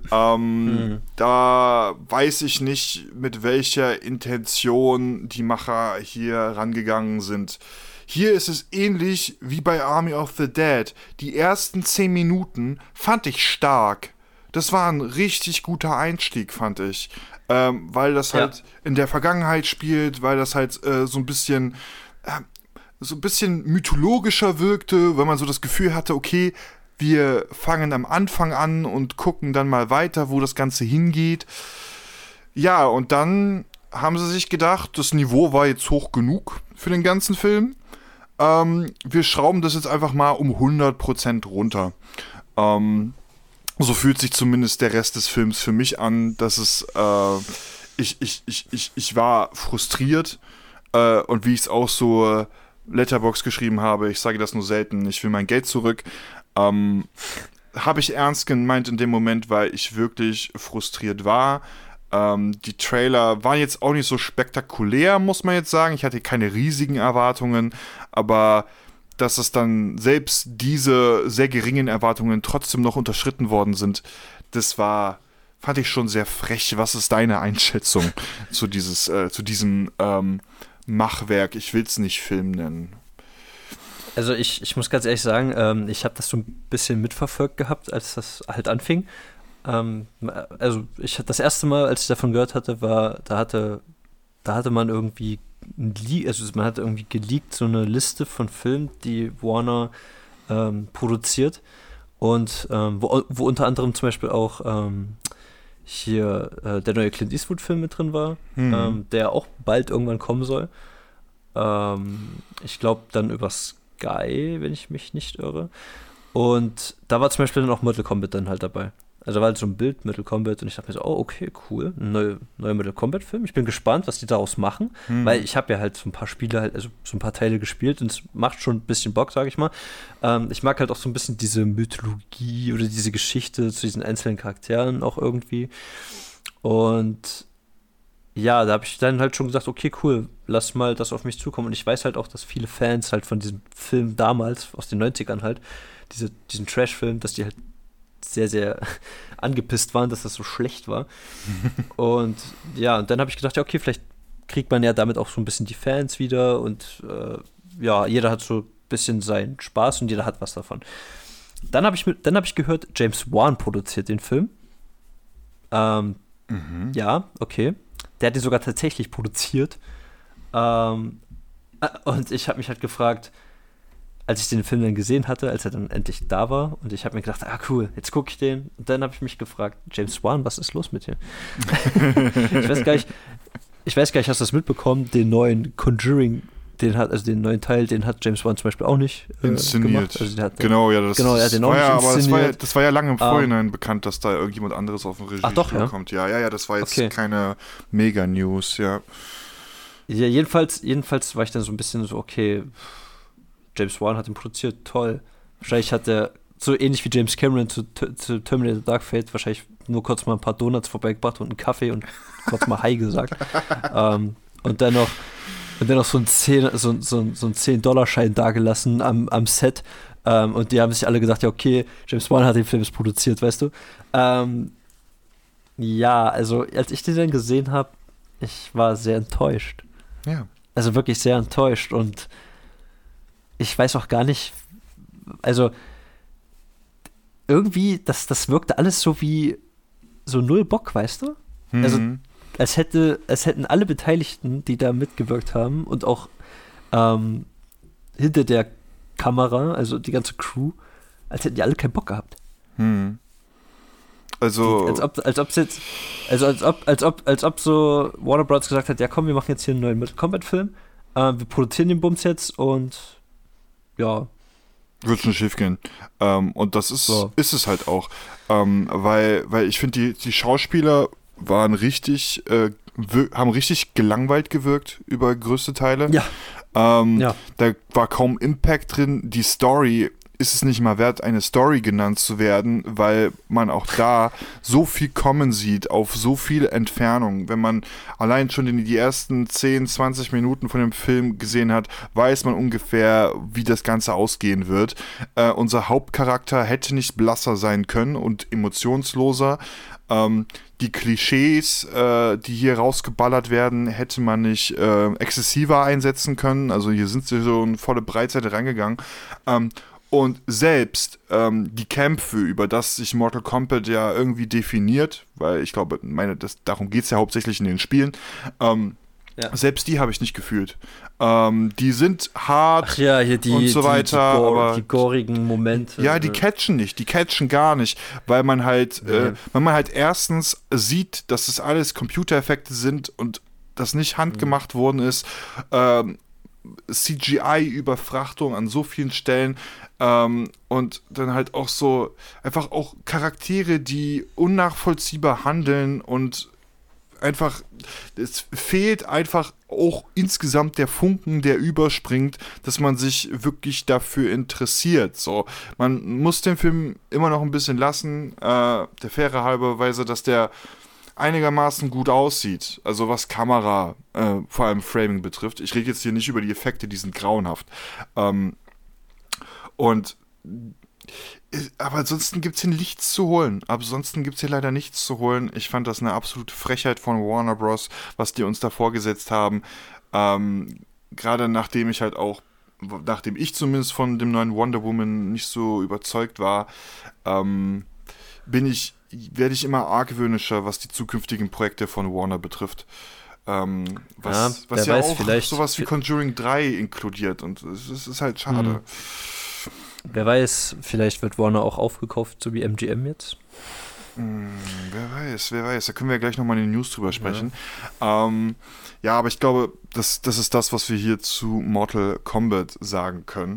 Da weiß ich nicht, mit welcher Intention die Macher hier rangegangen sind. Hier ist es ähnlich wie bei Army of the Dead. Die ersten 10 Minuten fand ich stark. Das war ein richtig guter Einstieg, fand ich. Weil das halt in der Vergangenheit spielt, weil das halt so ein bisschen mythologischer wirkte, weil man so das Gefühl hatte, okay, wir fangen am Anfang an und gucken dann mal weiter, wo das Ganze hingeht. Ja, und dann haben sie sich gedacht, das Niveau war jetzt hoch genug für den ganzen Film. Wir schrauben das jetzt einfach mal um 100% runter. So fühlt sich zumindest der Rest des Films für mich an, dass es ich war frustriert und wie ich es auch so Letterboxd geschrieben habe, ich sage das nur selten, ich will mein Geld zurück, habe ich ernst gemeint in dem Moment, weil ich wirklich frustriert war. Die Trailer waren jetzt auch nicht so spektakulär, muss man jetzt sagen. Ich hatte keine riesigen Erwartungen, aber dass es dann selbst diese sehr geringen Erwartungen trotzdem noch unterschritten worden sind, fand ich schon sehr frech. Was ist deine Einschätzung zu diesem Machwerk? Ich will es nicht Film nennen. Also ich muss ganz ehrlich sagen, ich habe das so ein bisschen mitverfolgt gehabt, als das halt anfing. Also das erste Mal, als ich davon gehört hatte, da hatte man irgendwie man hat irgendwie geleakt so eine Liste von Filmen, die Warner produziert und wo unter anderem zum Beispiel auch hier der neue Clint Eastwood-Film mit drin war, der auch bald irgendwann kommen soll. Ich glaube dann über Sky, wenn ich mich nicht irre. Und da war zum Beispiel dann auch Mortal Kombat dann halt dabei. Also war halt so ein Bild, Mortal Kombat, und ich dachte mir so, oh, okay, cool, ein neuer Mortal Kombat-Film. Ich bin gespannt, was die daraus machen, weil ich habe ja halt so ein paar Spiele, halt, also so ein paar Teile gespielt, und es macht schon ein bisschen Bock, sage ich mal. Ich mag halt auch so ein bisschen diese Mythologie oder diese Geschichte zu diesen einzelnen Charakteren auch irgendwie. Und ja, da habe ich dann halt schon gesagt, okay, cool, lass mal das auf mich zukommen. Und ich weiß halt auch, dass viele Fans halt von diesem Film damals, aus den 90ern halt, diesen Trash-Film, dass die halt sehr, sehr angepisst waren, dass das so schlecht war. Und ja, und dann habe ich gedacht, ja, okay, vielleicht kriegt man ja damit auch so ein bisschen die Fans wieder, und ja, jeder hat so ein bisschen seinen Spaß und jeder hat was davon. Dann habe ich gehört, James Wan produziert den Film. Ja, okay. Der hat ihn sogar tatsächlich produziert. Und ich habe mich halt gefragt, als ich den Film dann gesehen hatte, als er dann endlich da war, und ich habe mir gedacht, cool, jetzt gucke ich den. Und dann habe ich mich gefragt, James Wan, was ist los mit dir? Ich weiß gar nicht, hast du das mitbekommen? Den neuen Conjuring, den neuen Teil, den hat James Wan zum Beispiel auch nicht inszeniert. Gemacht. Also er hat er hat den auch nicht inszeniert. Aber das war ja lange im Vorhinein bekannt, dass da irgendjemand anderes auf den Regie kommt. Ja, das war jetzt keine Mega-News, ja. Ja, jedenfalls war ich dann so ein bisschen so, okay, James Wan hat ihn produziert, toll. Wahrscheinlich hat er, so ähnlich wie James Cameron zu Terminator Dark Fate, wahrscheinlich nur kurz mal ein paar Donuts vorbeigebracht und einen Kaffee und kurz mal Hi gesagt. Und dann noch so ein 10-$-Schein dagelassen am Set. Und die haben sich alle gedacht, ja, okay, James Wan hat den Film produziert, weißt du. Ja, also als ich den dann gesehen habe, ich war sehr enttäuscht. Ja. Also wirklich sehr enttäuscht, und ich weiß auch gar nicht, also irgendwie, das wirkte alles so wie so null Bock, weißt du? Also als hätten alle Beteiligten, die da mitgewirkt haben und auch hinter der Kamera, also die ganze Crew, als hätten die alle keinen Bock gehabt. Also als ob so Warner Bros. Gesagt hat, ja komm, wir machen jetzt hier einen neuen Mortal Kombat-Film, wir produzieren den Bums jetzt, und ja. Wird schon schief gehen. Und das ist es halt auch. Weil ich finde, die Schauspieler waren haben richtig gelangweilt gewirkt über größte Teile. Ja. Da war kaum Impact drin. Die Story ist es nicht mal wert, eine Story genannt zu werden, weil man auch da so viel kommen sieht, auf so viele Entfernungen. Wenn man allein schon die ersten 10, 20 Minuten von dem Film gesehen hat, weiß man ungefähr, wie das Ganze ausgehen wird. Unser Hauptcharakter hätte nicht blasser sein können und emotionsloser. Die Klischees, die hier rausgeballert werden, hätte man nicht exzessiver einsetzen können. Also hier sind sie so in volle Breitseite reingegangen. Und selbst die Kämpfe, über das sich Mortal Kombat ja irgendwie definiert, weil ich glaube, darum geht es ja hauptsächlich in den Spielen, selbst die habe ich nicht gefühlt. Die sind hart und so weiter. Die gorigen Momente. Ja, die catchen gar nicht, weil man halt, erstens sieht, dass das alles Computereffekte sind und das nicht handgemacht worden ist. CGI-Überfrachtung an so vielen Stellen, und dann halt auch so einfach auch Charaktere, die unnachvollziehbar handeln, und einfach, es fehlt einfach auch insgesamt der Funken, der überspringt, dass man sich wirklich dafür interessiert. So, man muss den Film immer noch ein bisschen lassen, der Faire halberweise, dass der einigermaßen gut aussieht, also was Kamera, vor allem Framing betrifft. Ich rede jetzt hier nicht über die Effekte, die sind grauenhaft. Aber ansonsten gibt es hier nichts zu holen. Leider nichts zu holen. Ich fand das eine absolute Frechheit von Warner Bros., was die uns da vorgesetzt haben. Gerade nachdem ich zumindest von dem neuen Wonder Woman nicht so überzeugt war, werde ich immer argwöhnischer, was die zukünftigen Projekte von Warner betrifft. Was ja auch sowas wie Conjuring 3 inkludiert, und es ist halt schade. Wer weiß, vielleicht wird Warner auch aufgekauft, so wie MGM jetzt. Wer weiß, da können wir ja gleich nochmal in den News drüber sprechen. Ja, aber ich glaube, das ist das, was wir hier zu Mortal Kombat sagen können.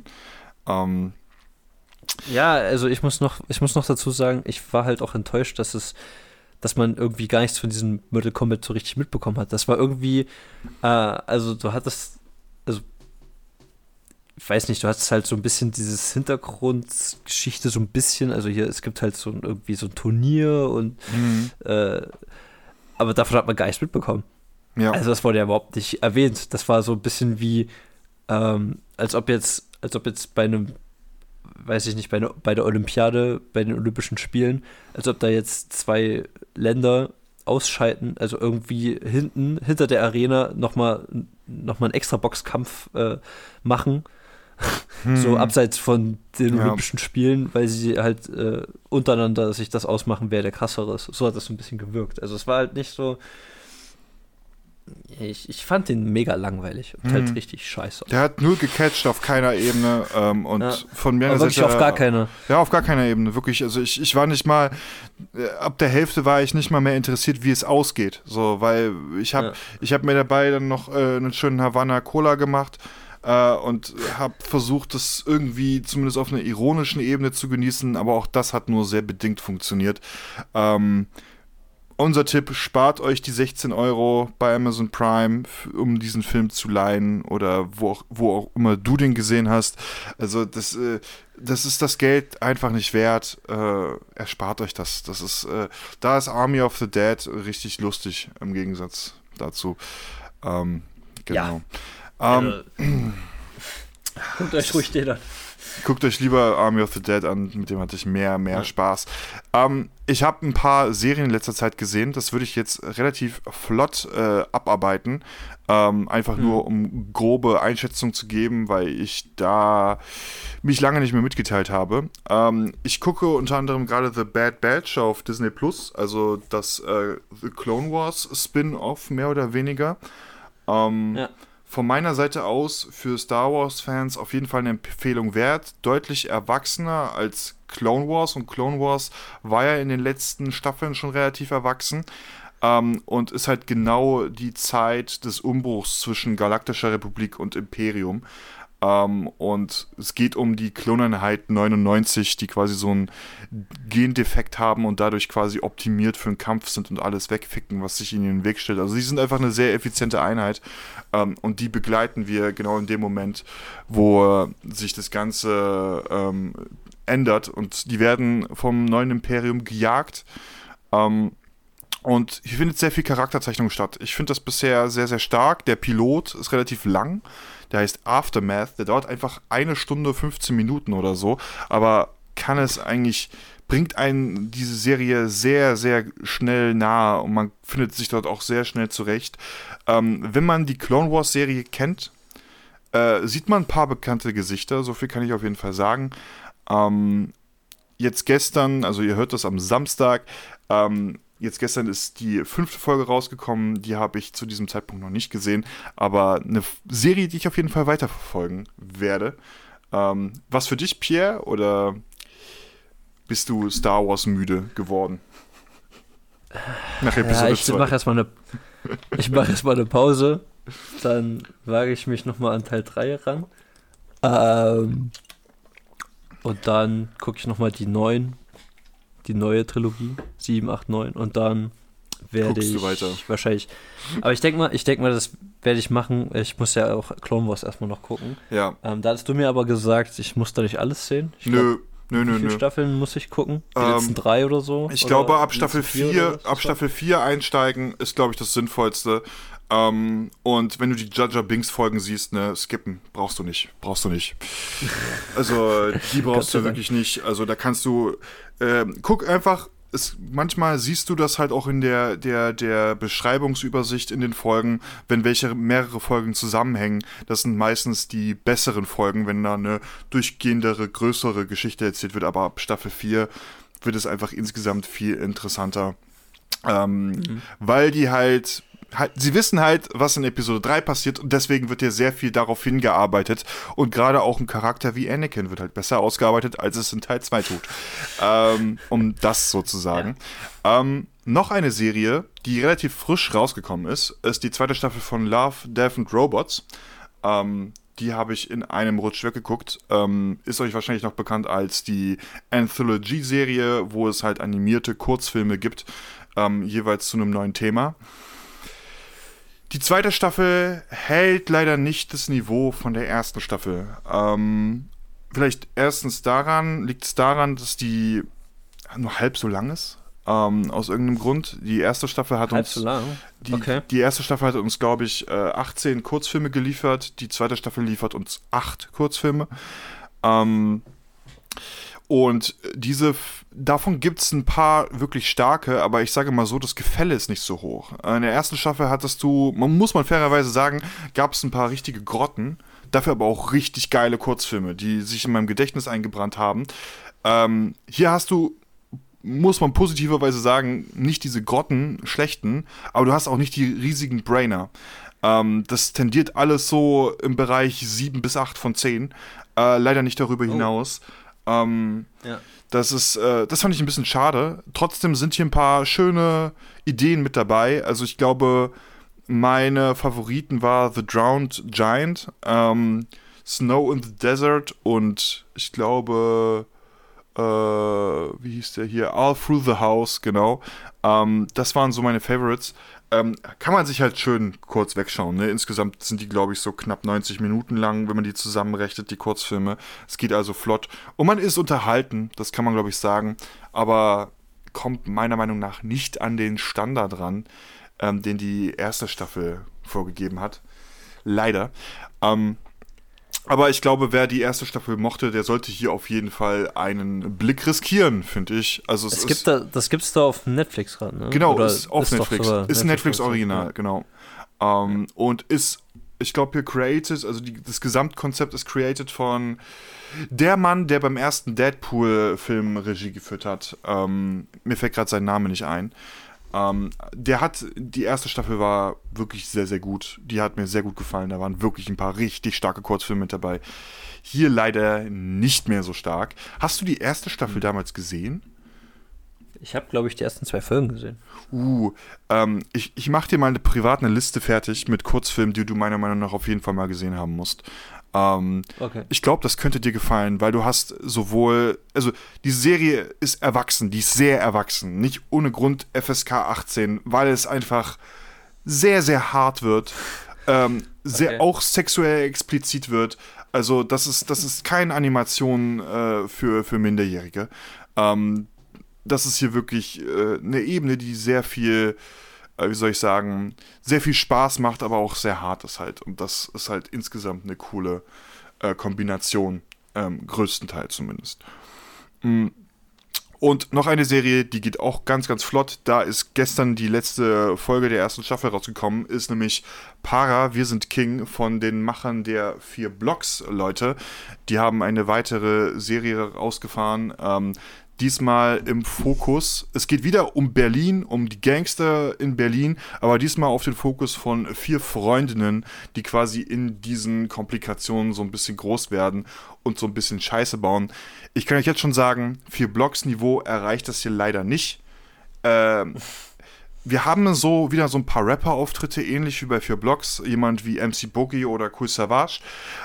Ja, also ich muss noch dazu sagen, ich war halt auch enttäuscht, dass man irgendwie gar nichts von diesem Mortal Kombat so richtig mitbekommen hat. Das war irgendwie, also du hattest, also ich weiß nicht, du hattest halt so ein bisschen dieses Hintergrundgeschichte so ein bisschen, also hier, es gibt halt irgendwie so ein Turnier und aber davon hat man gar nichts mitbekommen. Ja. Also das wurde ja überhaupt nicht erwähnt. Das war so ein bisschen wie, als ob jetzt bei einem, weiß ich nicht, bei der Olympiade, bei den Olympischen Spielen, als ob da jetzt 2 Länder ausschalten, also irgendwie hinter der Arena nochmal einen extra Boxkampf machen, so abseits von den Olympischen Spielen, weil sie halt untereinander sich das ausmachen, wer der krassere ist. So hat das so ein bisschen gewirkt. Also es war halt nicht so. Ich fand den mega langweilig und halt richtig scheiße. Der hat null gecatcht auf keiner Ebene und von mir wirklich auf gar keiner. Ja, auf gar keiner Ebene, wirklich. Also ich war nicht mal, ab der Hälfte war ich nicht mal mehr interessiert, wie es ausgeht. So, weil ich hab mir dabei dann noch einen schönen Havana Cola gemacht und habe versucht, das irgendwie zumindest auf einer ironischen Ebene zu genießen, aber auch das hat nur sehr bedingt funktioniert. Unser Tipp, spart euch die 16 € bei Amazon Prime, um diesen Film zu leihen oder wo auch immer du den gesehen hast. Also das ist das Geld einfach nicht wert. Erspart euch das. Da ist Army of the Dead richtig lustig im Gegensatz dazu. Genau. Guckt euch ruhig den an. Guckt euch lieber Army of the Dead an, mit dem hatte ich mehr Spaß. Ich habe ein paar Serien in letzter Zeit gesehen, das würde ich jetzt relativ flott abarbeiten. Einfach nur, um grobe Einschätzung zu geben, weil ich da mich lange nicht mehr mitgeteilt habe. Ich gucke unter anderem gerade The Bad Batch auf Disney Plus, also das The Clone Wars Spin-Off, mehr oder weniger. Von meiner Seite aus für Star Wars-Fans auf jeden Fall eine Empfehlung wert. Deutlich erwachsener als Clone Wars. Und Clone Wars war ja in den letzten Staffeln schon relativ erwachsen. Und ist halt genau die Zeit des Umbruchs zwischen Galaktischer Republik und Imperium. Und es geht um die Kloneinheit 99, die quasi so einen Gendefekt haben und dadurch quasi optimiert für einen Kampf sind und alles wegficken, was sich ihnen in den Weg stellt. Also die sind einfach eine sehr effiziente Einheit und die begleiten wir genau in dem Moment, wo sich das Ganze ändert und die werden vom neuen Imperium gejagt. Und hier findet sehr viel Charakterzeichnung statt. Ich finde das bisher sehr, sehr stark. Der Pilot ist relativ lang. Der heißt Aftermath. Der dauert einfach 1 Stunde 15 Minuten oder so. Aber bringt einen diese Serie sehr, sehr schnell nahe. Und man findet sich dort auch sehr schnell zurecht. Wenn man die Clone Wars Serie kennt, sieht man ein paar bekannte Gesichter. So viel kann ich auf jeden Fall sagen. Jetzt gestern, also ihr hört das am Samstag, jetzt gestern ist die 5. Folge rausgekommen, die habe ich zu diesem Zeitpunkt noch nicht gesehen, aber eine Serie, die ich auf jeden Fall weiterverfolgen werde. Was für dich, Pierre, oder bist du Star Wars müde geworden? Nach Episode 2. Ich mache erstmal eine Pause, dann wage ich mich nochmal an Teil 3 ran. Und dann gucke ich nochmal die neue Trilogie, 7, 8, 9 und dann werde ich wahrscheinlich, aber ich denke mal, das werde ich machen, ich muss ja auch Clone Wars erstmal noch gucken. Ja. Da hast du mir aber gesagt, ich muss da nicht alles sehen. Nö. Wie viele Staffeln muss ich gucken? Die letzten 3 oder so? Ich glaube, ab Staffel 4 einsteigen ist, glaube ich, das Sinnvollste. Und wenn du die Jar Jar Binks Folgen siehst, ne, skippen, brauchst du nicht. Also, die brauchst du wirklich nicht. Also, da kannst du, guck einfach, manchmal siehst du das halt auch in der Beschreibungsübersicht in den Folgen, wenn mehrere Folgen zusammenhängen. Das sind meistens die besseren Folgen, wenn da eine durchgehendere, größere Geschichte erzählt wird. Aber ab Staffel 4 wird es einfach insgesamt viel interessanter. Weil die halt sie wissen halt, was in Episode 3 passiert und deswegen wird ja sehr viel darauf hingearbeitet und gerade auch ein Charakter wie Anakin wird halt besser ausgearbeitet, als es in Teil 2 tut. Um das sozusagen. Ja. Noch eine Serie, die relativ frisch rausgekommen ist die zweite Staffel von Love, Death and Robots. Die habe ich in einem Rutsch weggeguckt. Ist euch wahrscheinlich noch bekannt als die Anthology-Serie, wo es halt animierte Kurzfilme gibt, jeweils zu einem neuen Thema. Die zweite Staffel hält leider nicht das Niveau von der ersten Staffel. Vielleicht erstens liegt es daran, dass die nur halb so lang ist. Aus irgendeinem Grund. Die erste Staffel hat uns. So lang? Okay. Die erste Staffel hat uns, glaube ich, 18 Kurzfilme geliefert. Die zweite Staffel liefert uns 8 Kurzfilme. Und davon gibt es ein paar wirklich starke, aber ich sage mal so, das Gefälle ist nicht so hoch. In der ersten Staffel muss man fairerweise sagen, gab es ein paar richtige Grotten, dafür aber auch richtig geile Kurzfilme, die sich in meinem Gedächtnis eingebrannt haben. Hier muss man positiverweise sagen, nicht diese schlechten, aber du hast auch nicht die riesigen Brainer. Das tendiert alles so im Bereich 7 bis 8 von 10. Leider nicht darüber hinaus. Ja. Das fand ich ein bisschen schade. Trotzdem sind hier ein paar schöne Ideen mit dabei. Also ich glaube, meine Favoriten war The Drowned Giant, Snow in the Desert und ich glaube, wie hieß der hier? All Through the House, genau. Das waren so meine Favorites. Kann man sich halt schön kurz wegschauen. Ne? Insgesamt sind die, glaube ich, so knapp 90 Minuten lang, wenn man die zusammenrechnet, die Kurzfilme. Es geht also flott. Und man ist unterhalten, das kann man, glaube ich, sagen. Aber kommt meiner Meinung nach nicht an den Standard ran, den die erste Staffel vorgegeben hat. Leider. Aber ich glaube, wer die erste Staffel mochte, der sollte hier auf jeden Fall einen Blick riskieren, finde ich. Also das gibt's da auf Netflix gerade, ne? Genau, ist auf Netflix. Ist Netflix Original, ja. Genau. Und ist, ich glaube, hier created, also das Gesamtkonzept ist created von der Mann, der beim ersten Deadpool-Film Regie geführt hat. Mir fällt gerade sein Name nicht ein. Die erste Staffel war wirklich sehr, sehr gut. Die hat mir sehr gut gefallen. Da waren wirklich ein paar richtig starke Kurzfilme mit dabei. Hier leider nicht mehr so stark. Hast du die erste Staffel damals gesehen? Ich habe, glaube ich, die ersten 2 Folgen gesehen. Ich mache dir mal eine Liste fertig mit Kurzfilmen, die du meiner Meinung nach auf jeden Fall mal gesehen haben musst. Okay. Ich glaube, das könnte dir gefallen, weil du hast die Serie ist erwachsen, die ist sehr erwachsen, nicht ohne Grund FSK 18, weil es einfach sehr, sehr hart wird, auch sexuell explizit wird. Also das ist keine Animation für Minderjährige. Das ist hier wirklich eine Ebene, die sehr viel sehr viel Spaß macht, aber auch sehr hart ist halt. Und das ist halt insgesamt eine coole Kombination, größtenteils zumindest. Und noch eine Serie, die geht auch ganz, ganz flott. Da ist gestern die letzte Folge der ersten Staffel rausgekommen, ist nämlich Para, wir sind King von den Machern der 4 Blocks, Leute. Die haben eine weitere Serie rausgefahren, diesmal im Fokus. Es geht wieder um Berlin, um die Gangster in Berlin, aber diesmal auf den Fokus von 4 Freundinnen, die quasi in diesen Komplikationen so ein bisschen groß werden und so ein bisschen Scheiße bauen. Ich kann euch jetzt schon sagen, 4 Blocks Niveau erreicht das hier leider nicht. Wir haben wieder so ein paar Rapper-Auftritte, ähnlich wie bei 4 Blocks. Jemand wie MC Boogie oder Kool Savas.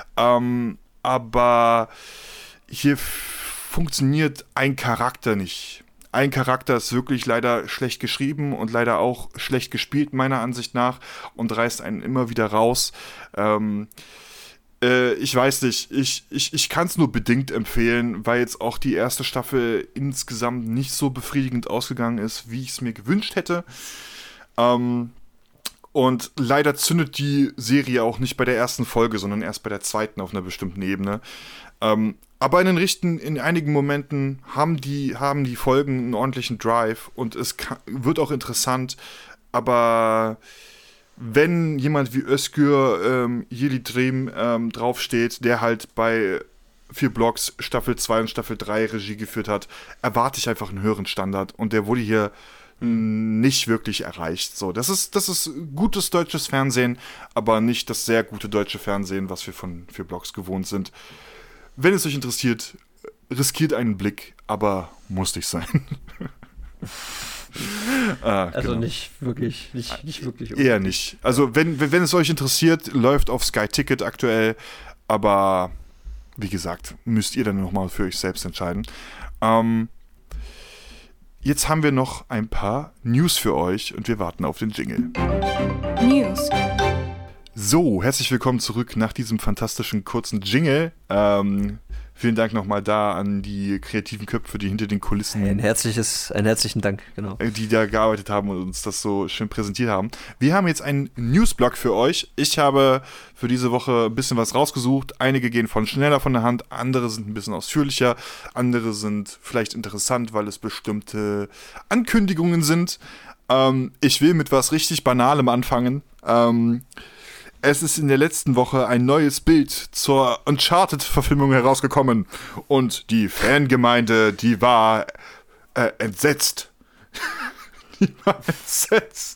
Aber hier funktioniert ein Charakter nicht. Ein Charakter ist wirklich leider schlecht geschrieben und leider auch schlecht gespielt, meiner Ansicht nach, und reißt einen immer wieder raus. Ich weiß nicht, ich kann es nur bedingt empfehlen, weil jetzt auch die erste Staffel insgesamt nicht so befriedigend ausgegangen ist, wie ich es mir gewünscht hätte. Und leider zündet die Serie auch nicht bei der ersten Folge, sondern erst bei der zweiten auf einer bestimmten Ebene. Aber in einigen Momenten haben die Folgen einen ordentlichen Drive und es wird auch interessant. Aber wenn jemand wie Özgür Yildirim draufsteht, der halt bei 4 Blocks Staffel 2 und Staffel 3 Regie geführt hat, erwarte ich einfach einen höheren Standard. Und der wurde hier nicht wirklich erreicht. So, das ist gutes deutsches Fernsehen, aber nicht das sehr gute deutsche Fernsehen, was wir von 4 Blocks gewohnt sind. Wenn es euch interessiert, riskiert einen Blick, aber muss nicht sein. Also genau. nicht wirklich. Eher nicht. Also wenn es euch interessiert, läuft auf Sky Ticket aktuell, aber wie gesagt, müsst ihr dann nochmal für euch selbst entscheiden. Jetzt haben wir noch ein paar News für euch und wir warten auf den Jingle. News. So, herzlich willkommen zurück nach diesem fantastischen kurzen Jingle. Vielen Dank nochmal da an die kreativen Köpfe, die hinter den Kulissen, Einen herzlichen Dank, genau. die da gearbeitet haben und uns das so schön präsentiert haben. Wir haben jetzt einen Newsblock für euch. Ich habe für diese Woche ein bisschen was rausgesucht. Einige gehen schneller von der Hand, andere sind ein bisschen ausführlicher, andere sind vielleicht interessant, weil es bestimmte Ankündigungen sind. Ich will mit was richtig Banalem anfangen. Es ist in der letzten Woche ein neues Bild zur Uncharted-Verfilmung herausgekommen. Und die Fangemeinde, die war entsetzt. Die war entsetzt.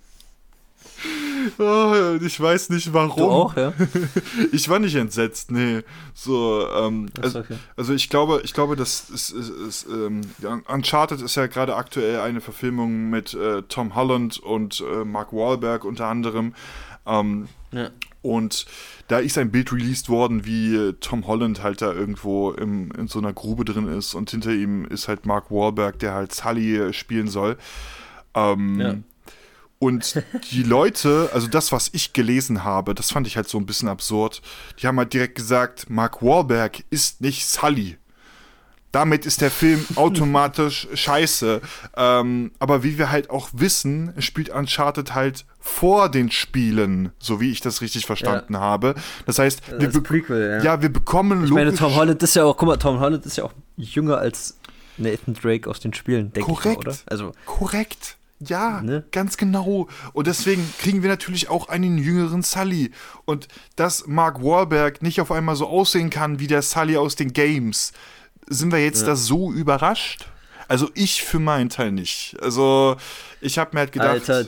Oh, ich weiß nicht warum. Du auch, ja? Ich war nicht entsetzt, nee. So, Okay. also ich glaube, dass Uncharted ist ja gerade aktuell eine Verfilmung mit Tom Holland und Mark Wahlberg unter anderem. Ja. Und da ist ein Bild released worden, wie Tom Holland halt da irgendwo in so einer Grube drin ist und hinter ihm ist halt Mark Wahlberg, der halt Sully spielen soll. Ja. Und die Leute, also das, was ich gelesen habe, das fand ich halt so ein bisschen absurd. Die haben halt direkt gesagt, Mark Wahlberg ist nicht Sully. Damit ist der Film automatisch scheiße. Aber wie wir halt auch wissen, spielt Uncharted halt vor den Spielen, so wie ich das richtig verstanden habe. Das heißt, Prequel, wir bekommen Ich meine, Tom Holland ist ja auch jünger als Nathan Drake aus den Spielen, denke ich mal, oder? Also, korrekt. Ja, ne? Ganz genau. Und deswegen kriegen wir natürlich auch einen jüngeren Sully. Und dass Mark Wahlberg nicht auf einmal so aussehen kann wie der Sully aus den Games, sind wir jetzt da so überrascht? Also ich für meinen Teil nicht. Also ich habe mir halt gedacht... Alter,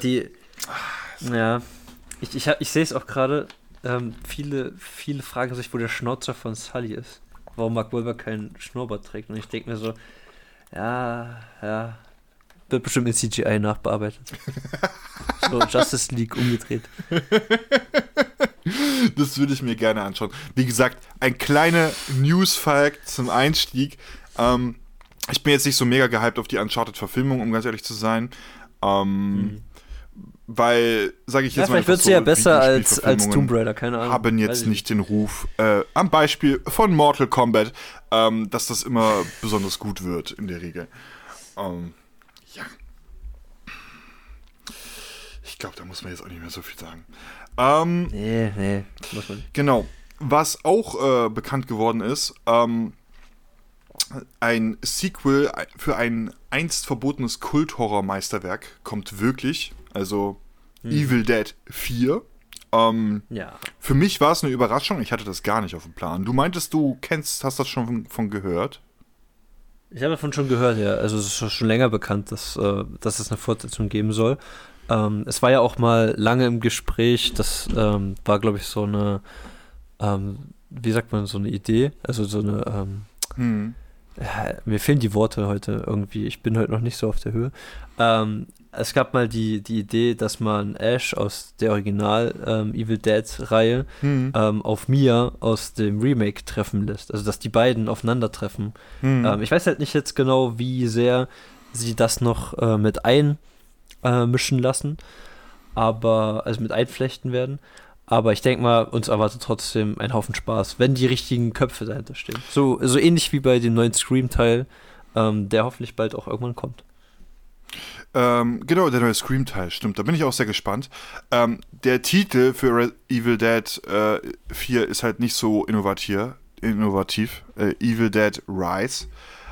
ich sehe es auch gerade, viele fragen sich, wo der Schnauzer von Sully ist. Warum Mark Wahlberg keinen Schnurrbart trägt. Und ich denke mir so, ja, wird bestimmt in CGI nachbearbeitet. So Justice League umgedreht. Das würde ich mir gerne anschauen. Wie gesagt, ein kleiner News-Fact zum Einstieg. Ich bin jetzt nicht so mega gehypt auf die Uncharted-Verfilmung, um ganz ehrlich zu sein. Weil, sage ich jetzt mal, vielleicht wird sie ja besser als Tomb Raider, keine Ahnung. Haben jetzt nicht den Ruf, am Beispiel von Mortal Kombat, dass das immer besonders gut wird in der Regel. Ja. Ich glaube, da muss man jetzt auch nicht mehr so viel sagen. Nee, muss man nicht. Genau. Was auch bekannt geworden ist, ein Sequel für ein einst verbotenes Kult-Horror-Meisterwerk kommt wirklich. Also Evil Dead 4. Ja. Für mich war es eine Überraschung. Ich hatte das gar nicht auf dem Plan. Du meintest, hast das schon von gehört? Ich habe davon schon gehört, ja. Also es ist schon länger bekannt, dass es eine Fortsetzung geben soll. Es war ja auch mal lange im Gespräch. Das war, glaube ich, so eine, wie sagt man, so eine Idee. Also so eine, mir fehlen die Worte heute irgendwie. Ich bin heute noch nicht so auf der Höhe. Es gab mal die Idee, dass man Ash aus der Original Evil Dead-Reihe auf Mia aus dem Remake treffen lässt. Also, dass die beiden aufeinandertreffen. Ich weiß halt nicht jetzt genau, wie sehr sie das noch mit einmischen lassen, also mit einflechten werden. Aber ich denke mal, uns erwartet trotzdem ein Haufen Spaß, wenn die richtigen Köpfe dahinter stehen. So ähnlich wie bei dem neuen Scream-Teil, der hoffentlich bald auch irgendwann kommt. Genau, der neue Scream-Teil, stimmt. Da bin ich auch sehr gespannt. Der Titel für Evil Dead 4 ist halt nicht so innovativ. Evil Dead Rise.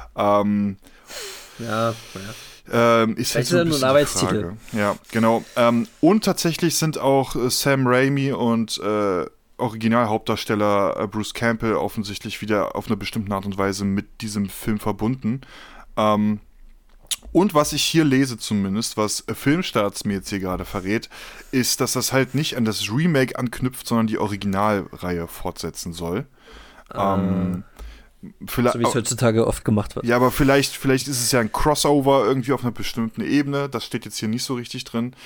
Ist halt so ein bisschen ein Arbeitstitel. Ja, genau. Und tatsächlich sind auch Sam Raimi und Originalhauptdarsteller Bruce Campbell offensichtlich wieder auf eine bestimmte Art und Weise mit diesem Film verbunden. Und was ich hier lese zumindest, was Filmstarts mir jetzt hier gerade verrät, ist, dass das halt nicht an das Remake anknüpft, sondern die Originalreihe fortsetzen soll. So wie es heutzutage oft gemacht wird. Ja, aber vielleicht ist es ja ein Crossover irgendwie auf einer bestimmten Ebene. Das steht jetzt hier nicht so richtig drin.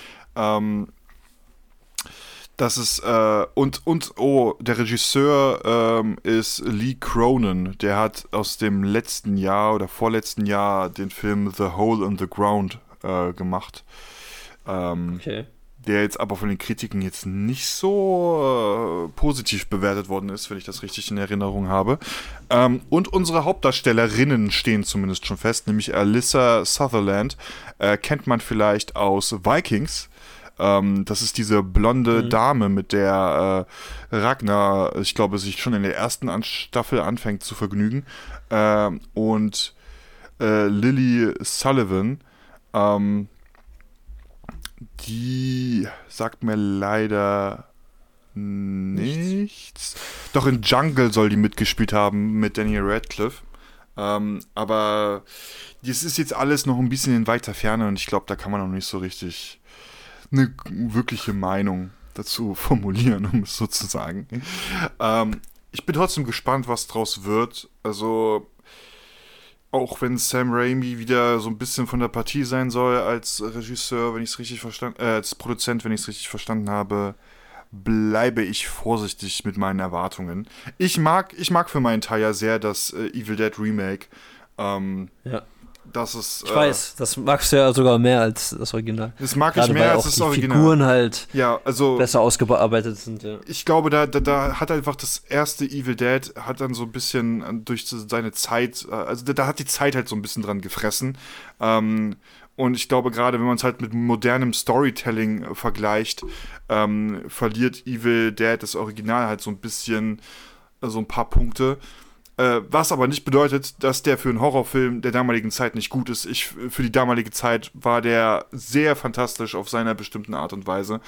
Das ist, der Regisseur ist Lee Cronin. Der hat aus dem letzten Jahr oder vorletzten Jahr den Film The Hole in the Ground gemacht. Okay. Der jetzt aber von den Kritiken jetzt nicht so positiv bewertet worden ist, wenn ich das richtig in Erinnerung habe. Und unsere Hauptdarstellerinnen stehen zumindest schon fest, nämlich Alyssa Sutherland, kennt man vielleicht aus Vikings. Das ist diese blonde Dame, mit der Ragnar, ich glaube, sich schon in der ersten Staffel anfängt zu vergnügen. Und Lily Sullivan, die sagt mir leider nichts. Doch in Jungle soll die mitgespielt haben mit Daniel Radcliffe. Aber das ist jetzt alles noch ein bisschen in weiter Ferne und ich glaube, da kann man noch nicht so richtig eine wirkliche Meinung dazu formulieren, um es so zu sagen. Ich bin trotzdem gespannt, was draus wird. Also auch wenn Sam Raimi wieder so ein bisschen von der Partie sein soll als Regisseur, wenn ich es richtig verstanden, als Produzent, wenn ich es richtig verstanden habe, bleibe ich vorsichtig mit meinen Erwartungen. Ich mag für meinen Teil ja sehr das Evil Dead Remake. Ja. Das ist, ich weiß, das magst du ja sogar mehr als das Original. Das mag Gerade ich mehr weil als auch das die Original. Figuren halt besser ausgearbeitet sind. Ja. Ich glaube, da hat einfach das erste Evil Dead hat dann so ein bisschen durch seine Zeit, also da hat die Zeit halt so ein bisschen dran gefressen. Und ich glaube, gerade wenn man es halt mit modernem Storytelling vergleicht, verliert Evil Dead das Original halt so ein bisschen, so ein paar Punkte. Was aber nicht bedeutet, dass der für einen Horrorfilm der damaligen Zeit nicht gut ist. Für die damalige Zeit war der sehr fantastisch auf seiner bestimmten Art und Weise.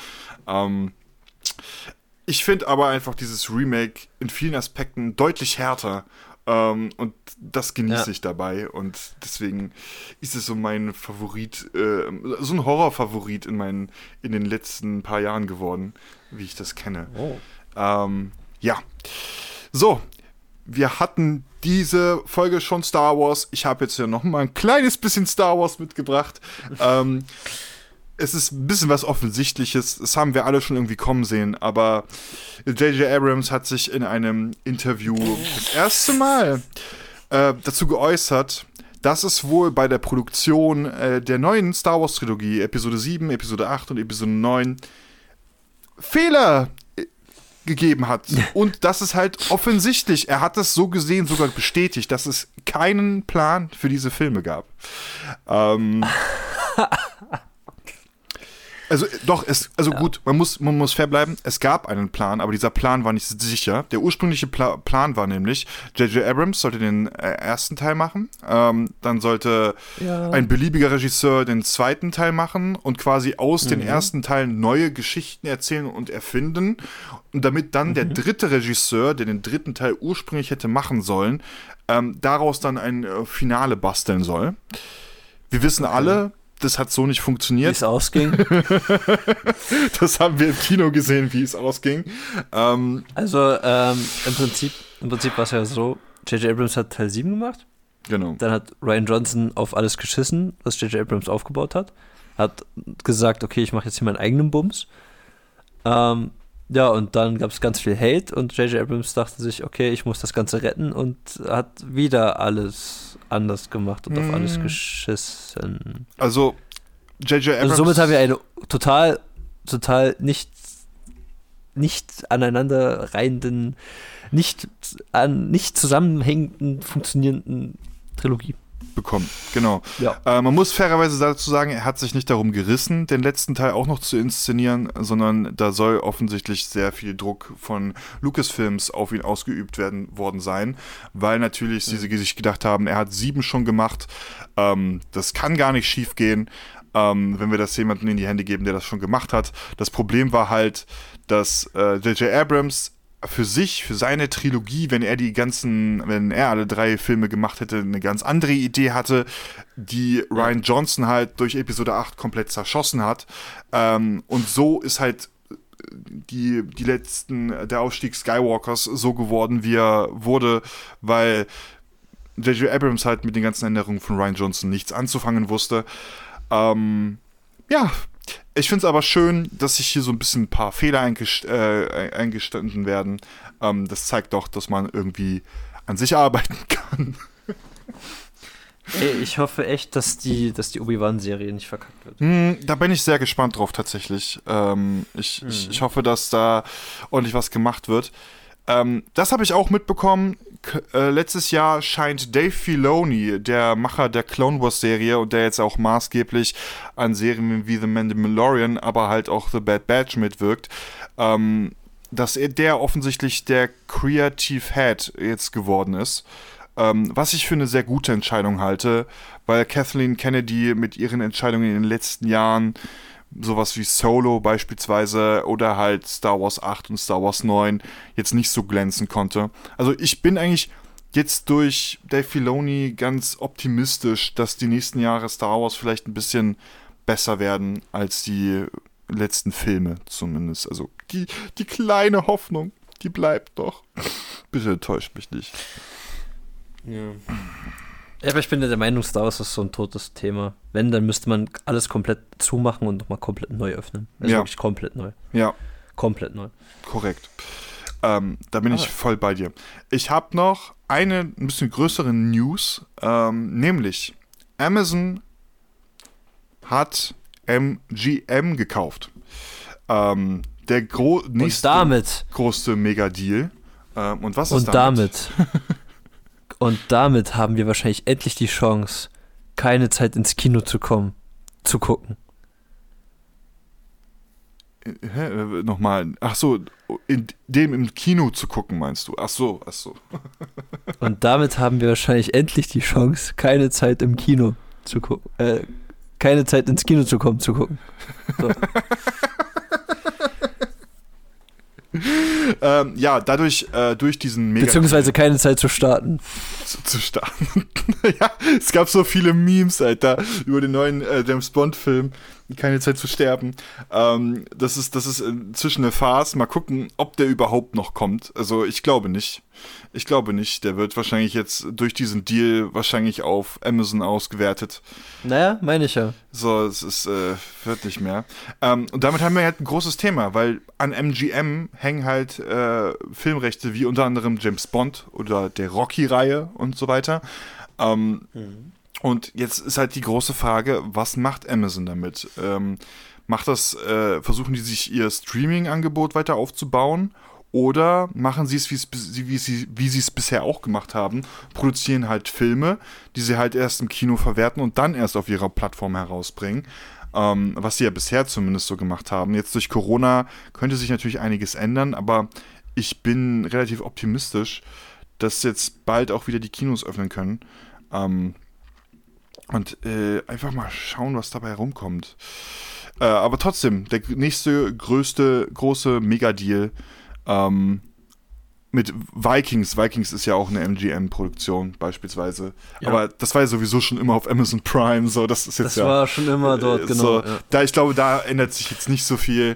Ich finde aber einfach dieses Remake in vielen Aspekten deutlich härter. Und das genieße ich dabei. Und deswegen ist es so mein Favorit, so ein Horrorfavorit in den letzten paar Jahren geworden, wie ich das kenne. Oh. Ja. So. Wir hatten diese Folge schon Star Wars. Ich habe jetzt ja noch mal ein kleines bisschen Star Wars mitgebracht. Es ist ein bisschen was Offensichtliches. Das haben wir alle schon irgendwie kommen sehen. Aber J.J. Abrams hat sich in einem Interview das erste Mal dazu geäußert, dass es wohl bei der Produktion der neuen Star Wars Trilogie, Episode 7, Episode 8 und Episode 9, Fehler gegeben hat. Und das ist halt offensichtlich, er hat das so gesehen sogar bestätigt, dass es keinen Plan für diese Filme gab. Gut, man muss fair bleiben, es gab einen Plan, aber dieser Plan war nicht sicher. Der ursprüngliche Plan war nämlich, J.J. Abrams sollte den ersten Teil machen, dann sollte ein beliebiger Regisseur den zweiten Teil machen und quasi aus den ersten Teilen neue Geschichten erzählen und erfinden. Und damit dann der dritte Regisseur, der den dritten Teil ursprünglich hätte machen sollen, daraus dann ein Finale basteln soll. Wir wissen alle, das hat so nicht funktioniert. Wie es ausging. Das haben wir im Kino gesehen, wie es ausging. Im Prinzip war es ja so, J.J. Abrams hat Teil 7 gemacht. Genau. Dann hat Rian Johnson auf alles geschissen, was J.J. Abrams aufgebaut hat. Hat gesagt, okay, ich mache jetzt hier meinen eigenen Bums. Und dann gab es ganz viel Hate und J.J. Abrams dachte sich, okay, ich muss das Ganze retten und hat wieder alles anders gemacht und auf alles geschissen. Also J.J. Abrams... Also somit haben wir eine total nicht aneinander reihenden, nicht zusammenhängenden, funktionierenden Trilogie bekommen. Genau. Ja. Man muss fairerweise dazu sagen, er hat sich nicht darum gerissen, den letzten Teil auch noch zu inszenieren, sondern da soll offensichtlich sehr viel Druck von Lucasfilms auf ihn ausgeübt worden sein, weil natürlich sie sich gedacht haben, er hat 7 schon gemacht, das kann gar nicht schief gehen, wenn wir das jemandem in die Hände geben, der das schon gemacht hat. Das Problem war halt, dass J.J. Abrams für seine Trilogie, wenn er alle 3 Filme gemacht hätte, eine ganz andere Idee hatte, die Rian Johnson halt durch Episode 8 komplett zerschossen hat. Und so ist halt der Aufstieg Skywalkers so geworden, wie er wurde, weil J.J. Abrams halt mit den ganzen Änderungen von Rian Johnson nichts anzufangen wusste. Ich finde es aber schön, dass sich hier so ein bisschen ein paar Fehler eingestanden werden. Das zeigt doch, dass man irgendwie an sich arbeiten kann. Ey, ich hoffe echt, dass die Obi-Wan-Serie nicht verkackt wird. Da bin ich sehr gespannt drauf, tatsächlich. Ich hoffe, dass da ordentlich was gemacht wird. Das habe ich auch mitbekommen. Letztes Jahr scheint Dave Filoni, der Macher der Clone Wars Serie und der jetzt auch maßgeblich an Serien wie The Mandalorian, aber halt auch The Bad Batch mitwirkt, dass der offensichtlich der Creative Head jetzt geworden ist. Was ich für eine sehr gute Entscheidung halte, weil Kathleen Kennedy mit ihren Entscheidungen in den letzten Jahren, sowas wie Solo beispielsweise oder halt Star Wars 8 und Star Wars 9 jetzt nicht so glänzen konnte. Also ich bin eigentlich jetzt durch Dave Filoni ganz optimistisch, dass die nächsten Jahre Star Wars vielleicht ein bisschen besser werden als die letzten Filme zumindest. Also die kleine Hoffnung, die bleibt doch. Bitte täuscht mich nicht. Ja. Ja, aber ich bin ja der Meinung, Star Wars ist so ein totes Thema. Wenn, dann müsste man alles komplett zumachen und nochmal komplett neu öffnen. Also wirklich komplett neu. Ja. Komplett neu. Korrekt. Da bin ich voll bei dir. Ich habe noch eine ein bisschen größere News, nämlich Amazon hat MGM gekauft. Der nächste große Mega-Deal. Und was ist damit? Und damit haben wir wahrscheinlich endlich die Chance, keine Zeit ins Kino zu gucken. Nochmal. Ach so, im Kino zu gucken, meinst du? Ach so. Und damit haben wir wahrscheinlich endlich die Chance, keine Zeit im Kino zu gucken. Keine Zeit ins Kino zu gucken. So. Durch diesen Mega... Beziehungsweise keine Zeit zu starten. Zu starten. Ja, es gab so viele Memes, Alter, über den neuen James Bond-Film, Keine Zeit zu sterben. Das ist inzwischen eine Farce. Mal gucken, ob der überhaupt noch kommt. Also ich glaube nicht. Der wird wahrscheinlich jetzt durch diesen Deal wahrscheinlich auf Amazon ausgewertet. Naja, meine ich ja. So, wird nicht mehr. Und damit haben wir halt ein großes Thema, weil an MGM hängen halt Filmrechte wie unter anderem James Bond oder der Rocky-Reihe und so weiter. Und jetzt ist halt die große Frage, was macht Amazon damit? Versuchen die sich ihr Streaming-Angebot weiter aufzubauen? Oder machen sie es, wie sie es bisher auch gemacht haben, produzieren halt Filme, die sie halt erst im Kino verwerten und dann erst auf ihrer Plattform herausbringen, was sie ja bisher zumindest so gemacht haben. Jetzt durch Corona könnte sich natürlich einiges ändern, aber ich bin relativ optimistisch, dass jetzt bald auch wieder die Kinos öffnen können und einfach mal schauen, was dabei herumkommt. Aber trotzdem, der nächste große Megadeal mit Vikings. Vikings ist ja auch eine MGM-Produktion beispielsweise. Ja. Aber das war ja sowieso schon immer auf Amazon Prime. So, das ist jetzt das war schon immer dort, genau. So, ja. Ich glaube, da ändert sich jetzt nicht so viel.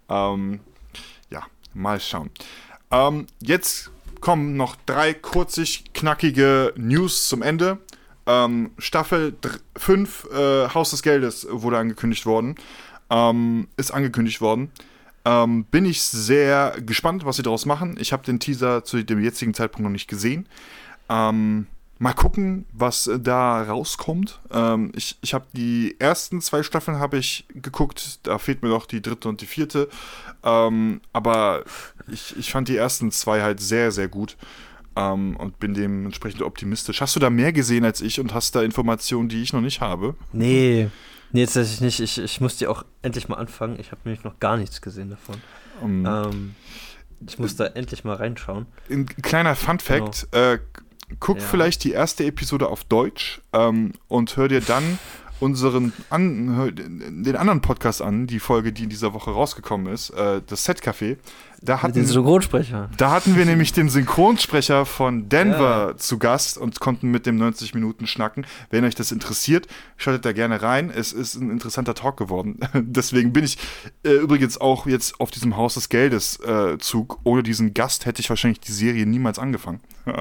Mal schauen. Jetzt kommen noch 3 kurzig knackige News zum Ende. Staffel 5 Haus des Geldes wurde angekündigt worden. Ist angekündigt worden. Bin ich sehr gespannt, was sie daraus machen. Ich habe den Teaser zu dem jetzigen Zeitpunkt noch nicht gesehen. Mal gucken, was da rauskommt. Ich habe die ersten 2 Staffeln habe ich geguckt. Da fehlt mir noch die 3. und die 4. Aber ich fand die ersten 2 halt sehr, sehr gut. Und bin dementsprechend optimistisch. Hast du da mehr gesehen als ich und hast da Informationen, die ich noch nicht habe? Nee, tatsächlich nicht. Ich muss die auch endlich mal anfangen. Ich habe nämlich noch gar nichts gesehen davon. Ich muss da endlich mal reinschauen. Ein kleiner Fun-Fact. Genau. Guck vielleicht die erste Episode auf Deutsch und hör dir dann den anderen Podcast an, die Folge, die in dieser Woche rausgekommen ist, das Set-Café. Mit dem Synchronsprecher. Da hatten wir nämlich den Synchronsprecher von Denver zu Gast und konnten mit dem 90 Minuten schnacken. Wenn euch das interessiert, schaltet da gerne rein. Es ist ein interessanter Talk geworden. Deswegen bin ich übrigens auch jetzt auf diesem Haus des Geldes Zug. Ohne diesen Gast hätte ich wahrscheinlich die Serie niemals angefangen.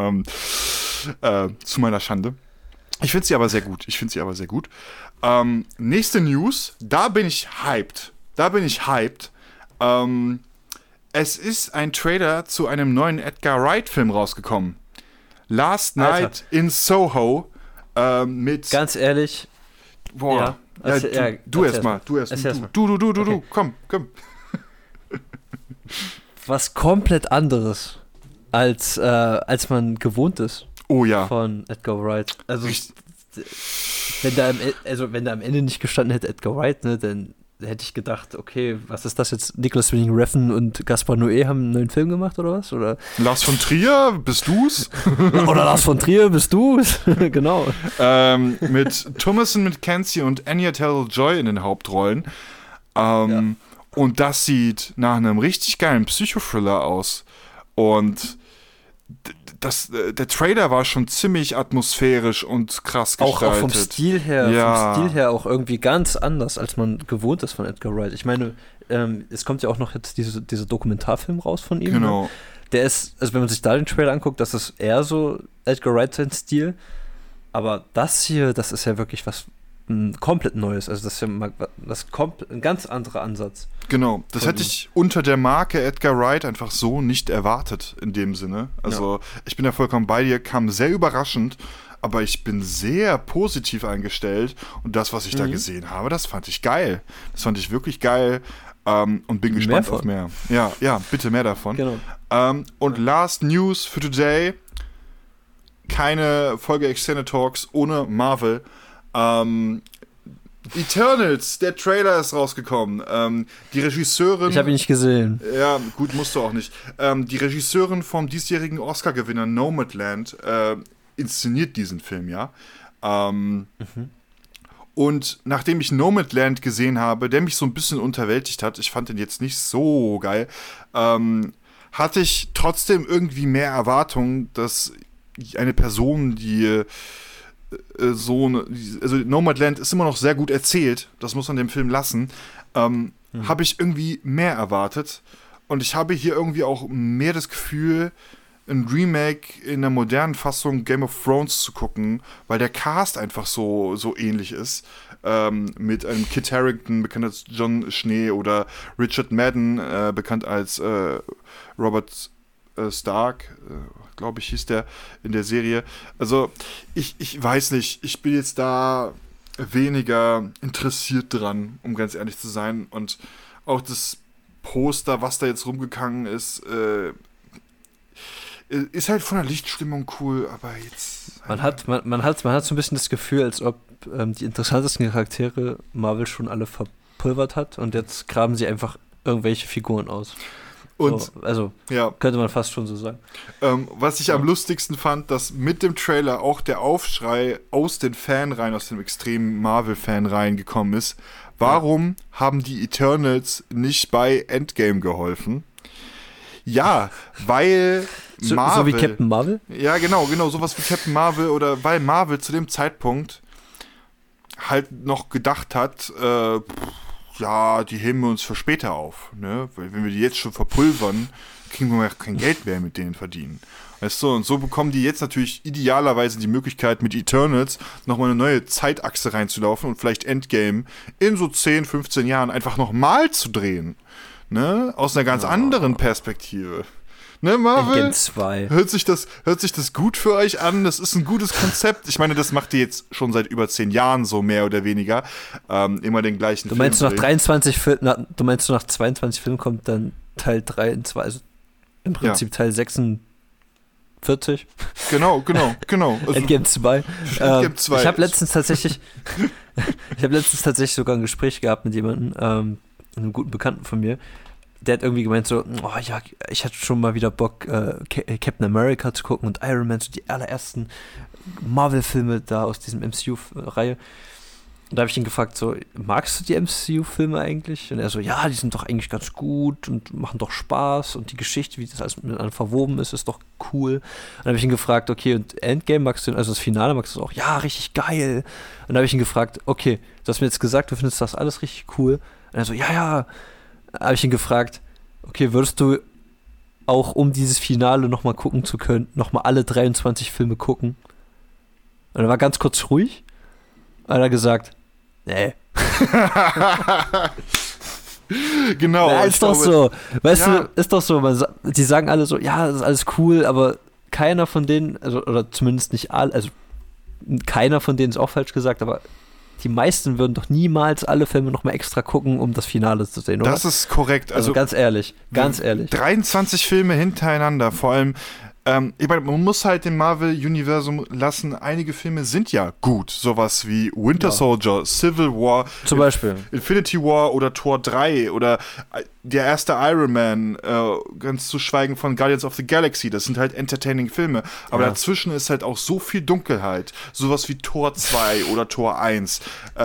Zu meiner Schande. Ich finde sie aber sehr gut. Nächste News, da bin ich hyped. Es ist ein Trailer zu einem neuen Edgar Wright-Film rausgekommen. Last Night in Soho mit... Ganz ehrlich... Boah, du erst mal. Du, komm. Was komplett anderes, als man gewohnt ist. Oh ja. Von Edgar Wright. Also, wenn da am Ende nicht gestanden hätte Edgar Wright, ne, dann hätte ich gedacht, okay, was ist das jetzt? Nicolas Winding Refn und Gaspar Noé haben einen neuen Film gemacht oder was? Oder Lars von Trier, bist du's? Oder Lars von Trier, bist du's? Genau. Mit Thomasin McKenzie und Anya Taylor-Joy in den Hauptrollen. Und das sieht nach einem richtig geilen Psychothriller aus. Und der Trailer war schon ziemlich atmosphärisch und krass gestaltet. Auch vom Stil her auch irgendwie ganz anders, als man gewohnt ist von Edgar Wright. Ich meine, es kommt ja auch noch jetzt dieser Dokumentarfilm raus von ihm. Genau. Ne? Der ist, also wenn man sich da den Trailer anguckt, das ist eher so Edgar Wright sein Stil. Aber das hier, das ist ja wirklich was komplett Neues. Also das ist ja mal ein ganz anderer Ansatz. Genau, das hätte ich unter der Marke Edgar Wright einfach so nicht erwartet in dem Sinne. Also ich bin ja vollkommen bei dir, kam sehr überraschend, aber ich bin sehr positiv eingestellt und das, was ich da gesehen habe, das fand ich geil. Das fand ich wirklich geil und bin gespannt auf mehr. Ja, bitte mehr davon. Genau. Und Last News für today, keine Folge Extended Talks ohne Marvel. Eternals, der Trailer ist rausgekommen. Die Regisseurin... Ich habe ihn nicht gesehen. Ja, gut, musst du auch nicht. Die Regisseurin vom diesjährigen Oscar-Gewinner Nomadland inszeniert diesen Film, ja. Und nachdem ich Nomadland gesehen habe, der mich so ein bisschen unterwältigt hat, ich fand den jetzt nicht so geil, hatte ich trotzdem irgendwie mehr Erwartungen, dass eine Person, die... also Nomadland ist immer noch sehr gut erzählt, das muss man dem Film lassen, habe ich irgendwie mehr erwartet und ich habe hier irgendwie auch mehr das Gefühl, ein Remake in der modernen Fassung Game of Thrones zu gucken, weil der Cast einfach so ähnlich ist, mit einem Kit Harington, bekannt als Jon Schnee, oder Richard Madden, bekannt als Robert Stark, glaube ich, hieß der in der Serie. Also, ich weiß nicht, ich bin jetzt da weniger interessiert dran, um ganz ehrlich zu sein. Und auch das Poster, was da jetzt rumgegangen ist, ist halt von der Lichtstimmung cool, aber jetzt... Man hat so ein bisschen das Gefühl, als ob die interessantesten Charaktere Marvel schon alle verpulvert hat und jetzt graben sie einfach irgendwelche Figuren aus. Und, so, also könnte man fast schon so sagen. Was ich am lustigsten fand, dass mit dem Trailer auch der Aufschrei aus den Fanreihen, aus den extremen Marvel-Fanreihen gekommen ist. Warum haben die Eternals nicht bei Endgame geholfen? Ja, weil Marvel... So wie Captain Marvel? Ja, genau, sowas wie Captain Marvel, oder weil Marvel zu dem Zeitpunkt halt noch gedacht hat, die heben wir uns für später auf, ne? Weil wenn wir die jetzt schon verpulvern, kriegen wir ja kein Geld mehr mit denen verdienen. Weißt du, und so bekommen die jetzt natürlich idealerweise die Möglichkeit, mit Eternals nochmal eine neue Zeitachse reinzulaufen und vielleicht Endgame in so 10, 15 Jahren einfach nochmal zu drehen. Ne? Aus einer ganz anderen Perspektive. Ne, Marvel? Endgame 2. Hört sich das gut für euch an? Das ist ein gutes Konzept. Ich meine, das macht ihr jetzt schon seit über 10 Jahren so, mehr oder weniger. Immer den gleichen Film. Du meinst, nach 22 Filmen kommt dann Teil 3 und 2, also im Prinzip Teil 46? Genau. Also, Endgame 2. Endgame 2. Ich habe letztens tatsächlich sogar ein Gespräch gehabt mit jemandem, einem guten Bekannten von mir. Der hat irgendwie gemeint so, ich hatte schon mal wieder Bock, Captain America zu gucken und Iron Man, so die allerersten Marvel-Filme da aus diesem MCU-Reihe. da habe ich ihn gefragt, so, magst du die MCU-Filme eigentlich? Und er so, ja, die sind doch eigentlich ganz gut und machen doch Spaß und die Geschichte, wie das alles miteinander verwoben ist doch cool. Und dann habe ich ihn gefragt, okay, und Endgame magst du, also das Finale magst du auch? Ja, richtig geil. Und dann habe ich ihn gefragt, okay, du hast mir jetzt gesagt, du findest das alles richtig cool. Und er so, ja. Habe ich ihn gefragt, okay, würdest du auch, um dieses Finale nochmal gucken zu können, nochmal alle 23 Filme gucken? Und er war ganz kurz ruhig. Und er hat gesagt, nee. Genau. Ja, ist doch so. Weißt du, ist doch so. Die sagen alle so, ja, das ist alles cool, aber keiner von denen, also, oder zumindest nicht alle, also keiner von denen ist auch falsch gesagt, aber die meisten würden doch niemals alle Filme nochmal extra gucken, um das Finale zu sehen, oder? Das ist korrekt. Also ganz ehrlich. 23 Filme hintereinander, vor allem ich meine, man muss halt dem Marvel-Universum lassen, einige Filme sind ja gut. Sowas wie Winter Soldier, Civil War, zum Beispiel Infinity War oder Thor 3 oder der erste Iron Man, ganz zu schweigen von Guardians of the Galaxy. Das sind halt entertaining Filme. Aber dazwischen ist halt auch so viel Dunkelheit. Sowas wie Thor 2 oder Thor 1.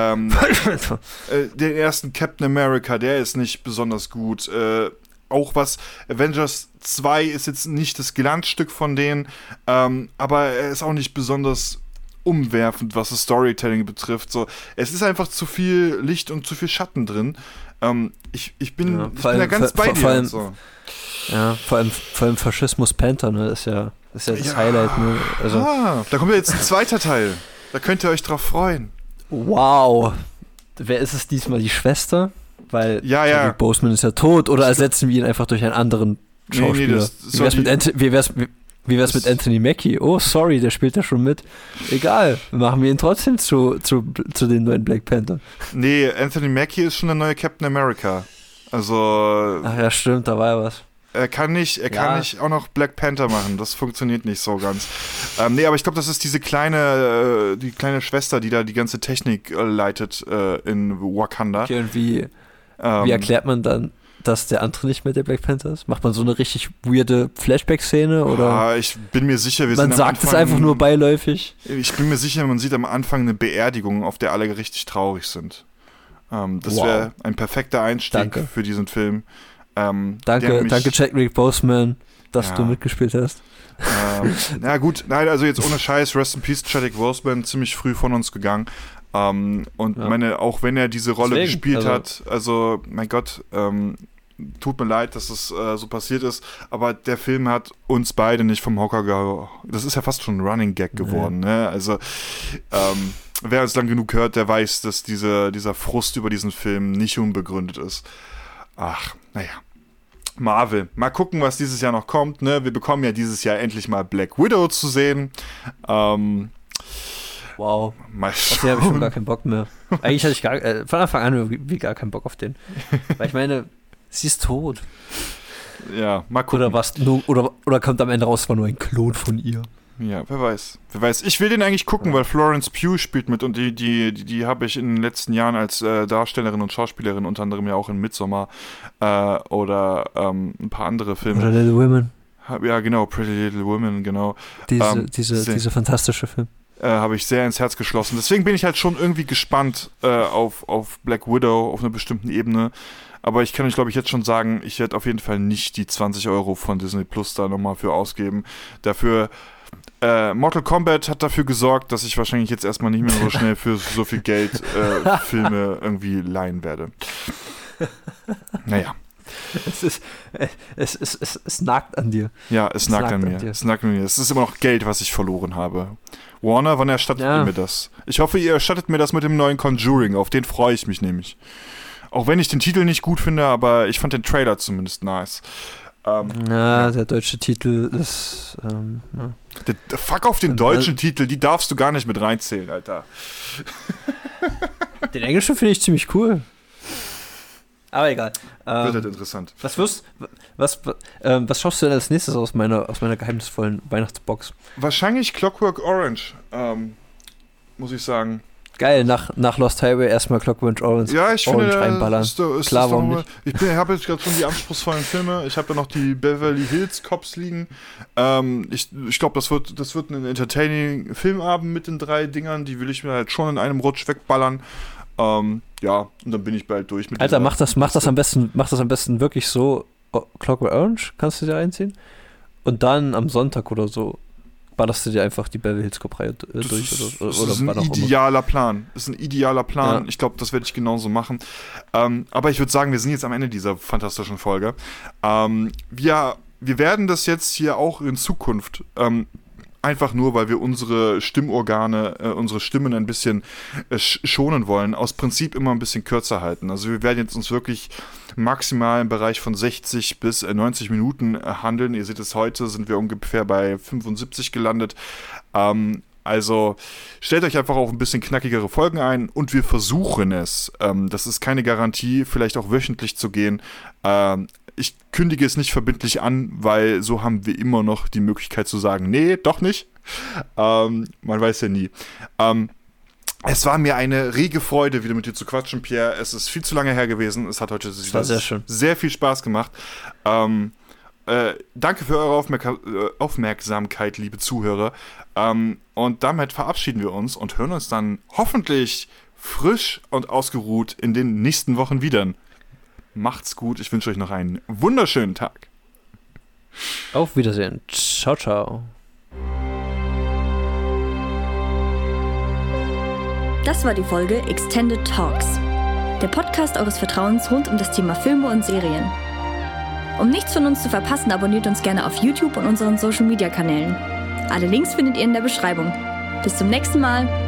Den ersten Captain America, der ist nicht besonders gut. Auch Avengers 2 ist jetzt nicht das Glanzstück von denen, aber er ist auch nicht besonders umwerfend, was das Storytelling betrifft. So, es ist einfach zu viel Licht und zu viel Schatten drin. Ich bin da ganz bei dir. Vor allem, ja, vor allem Faschismus Panther, ne, ist ja das Highlight. Ne? Also, da kommt ja jetzt ein zweiter Teil. Da könnt ihr euch drauf freuen. Wow. Wer ist es diesmal? Die Schwester? Weil Chadwick Boseman ist ja tot, oder ersetzen wir ihn einfach durch einen anderen Schauspieler? Wie wär's mit Anthony Mackie? Oh, sorry, der spielt ja schon mit. Egal, machen wir ihn trotzdem zu den neuen Black Panther. Nee, Anthony Mackie ist schon der neue Captain America. Also. Ach ja, stimmt, da war ja was. Er kann nicht auch noch Black Panther machen. Das funktioniert nicht so ganz. Nee, aber ich glaube, das ist die kleine Schwester, die da die ganze Technik leitet in Wakanda. Okay, und wie erklärt man dann, dass der andere nicht mehr der Black Panther ist? Macht man so eine richtig weirde Flashback-Szene? Oder? Ich bin mir sicher, man sagt es einfach nur beiläufig. Ich bin mir sicher, man sieht am Anfang eine Beerdigung, auf der alle richtig traurig sind. Das wäre ein perfekter Einstieg für diesen Film. Danke Chadwick Boseman, dass du mitgespielt hast. Na gut, nein, also jetzt ohne Scheiß, Rest in Peace, Chadwick Boseman, ziemlich früh von uns gegangen. Auch wenn er diese Rolle gespielt hat, also mein Gott, tut mir leid, dass es so passiert ist, aber der Film hat uns beide nicht vom Hocker gehauen. Das ist ja fast schon ein Running Gag geworden, ne? Also wer uns lang genug hört, der weiß, dass dieser Frust über diesen Film nicht unbegründet ist. Ach, naja. Marvel. Mal gucken, was dieses Jahr noch kommt, ne? Wir bekommen ja dieses Jahr endlich mal Black Widow zu sehen. Wow. Auf den habe ich schon gar keinen Bock mehr. Eigentlich hatte ich von Anfang an irgendwie gar keinen Bock auf den. Weil ich meine, sie ist tot. Ja, mal gucken. Oder kommt am Ende raus, war nur ein Klon von ihr. Ja, wer weiß. Ich will den eigentlich gucken, weil Florence Pugh spielt mit und die habe ich in den letzten Jahren als Darstellerin und Schauspielerin, unter anderem ja auch in Midsommar oder ein paar andere Filme. Pretty Little Women. Ja, genau, Pretty Little Women, genau. Diese fantastische Film. Habe ich sehr ins Herz geschlossen. Deswegen bin ich halt schon irgendwie gespannt auf Black Widow auf einer bestimmten Ebene. Aber ich kann euch, glaube ich, jetzt schon sagen, ich werde auf jeden Fall nicht die 20 € von Disney Plus da nochmal für ausgeben. Dafür Mortal Kombat hat dafür gesorgt, dass ich wahrscheinlich jetzt erstmal nicht mehr so schnell für so viel Geld Filme irgendwie leihen werde. Naja. Es nagt an dir. Ja, es nagt an mir. Es nagt an mir. Es ist immer noch Geld, was ich verloren habe. Warner, wann erstattet ihr mir das? Ich hoffe, ihr erstattet mir das mit dem neuen Conjuring. Auf den freue ich mich nämlich. Auch wenn ich den Titel nicht gut finde, aber ich fand den Trailer zumindest nice. Der deutsche Titel ist Fuck auf den deutschen Titel, die darfst du gar nicht mit reinzählen, Alter. Den englischen finde ich ziemlich cool. Aber egal. Wird halt interessant. Was schaust du denn als nächstes aus meiner geheimnisvollen Weihnachtsbox? Wahrscheinlich Clockwork Orange, muss ich sagen. Geil, nach Lost Highway erstmal Clockwork Orange, Ja, ich finde, reinballern. Klar, warum nicht? Ich habe jetzt gerade schon die anspruchsvollen Filme. Ich habe da noch die Beverly Hills Cops liegen. Ich glaube, das wird ein entertaining Filmabend mit den 3 Dingern. Die will ich mir halt schon in einem Rutsch wegballern. Ja, und dann bin ich bald durch mit Alter, mach das am besten wirklich so. Clockwork Orange kannst du dir einziehen. Und dann am Sonntag oder so ballerst du dir einfach die Beverly Hills Cop-Reihe durch. Das ist ein idealer Plan. Ja. Ich glaube, das werde ich genauso machen. Aber ich würde sagen, wir sind jetzt am Ende dieser fantastischen Folge. Wir werden das jetzt hier auch in Zukunft einfach nur, weil wir unsere Stimmorgane, unsere Stimmen ein bisschen schonen wollen, aus Prinzip immer ein bisschen kürzer halten. Also wir werden jetzt uns wirklich maximal im Bereich von 60 bis 90 Minuten handeln. Ihr seht es, heute sind wir ungefähr bei 75 gelandet. Also stellt euch einfach auf ein bisschen knackigere Folgen ein und wir versuchen es. Das ist keine Garantie, vielleicht auch wöchentlich zu gehen. Ich kündige es nicht verbindlich an, weil so haben wir immer noch die Möglichkeit zu sagen, nee, doch nicht. Man weiß ja nie. Es war mir eine rege Freude, wieder mit dir zu quatschen, Pierre. Es ist viel zu lange her gewesen. Es hat heute sehr viel Spaß gemacht. Danke für eure Aufmerksamkeit, liebe Zuhörer. Und damit verabschieden wir uns und hören uns dann hoffentlich frisch und ausgeruht in den nächsten Wochen wieder. Macht's gut, ich wünsche euch noch einen wunderschönen Tag. Auf Wiedersehen. Ciao, ciao. Das war die Folge Extended Talks, der Podcast eures Vertrauens rund um das Thema Filme und Serien. Um nichts von uns zu verpassen, abonniert uns gerne auf YouTube und unseren Social-Media-Kanälen. Alle Links findet ihr in der Beschreibung. Bis zum nächsten Mal.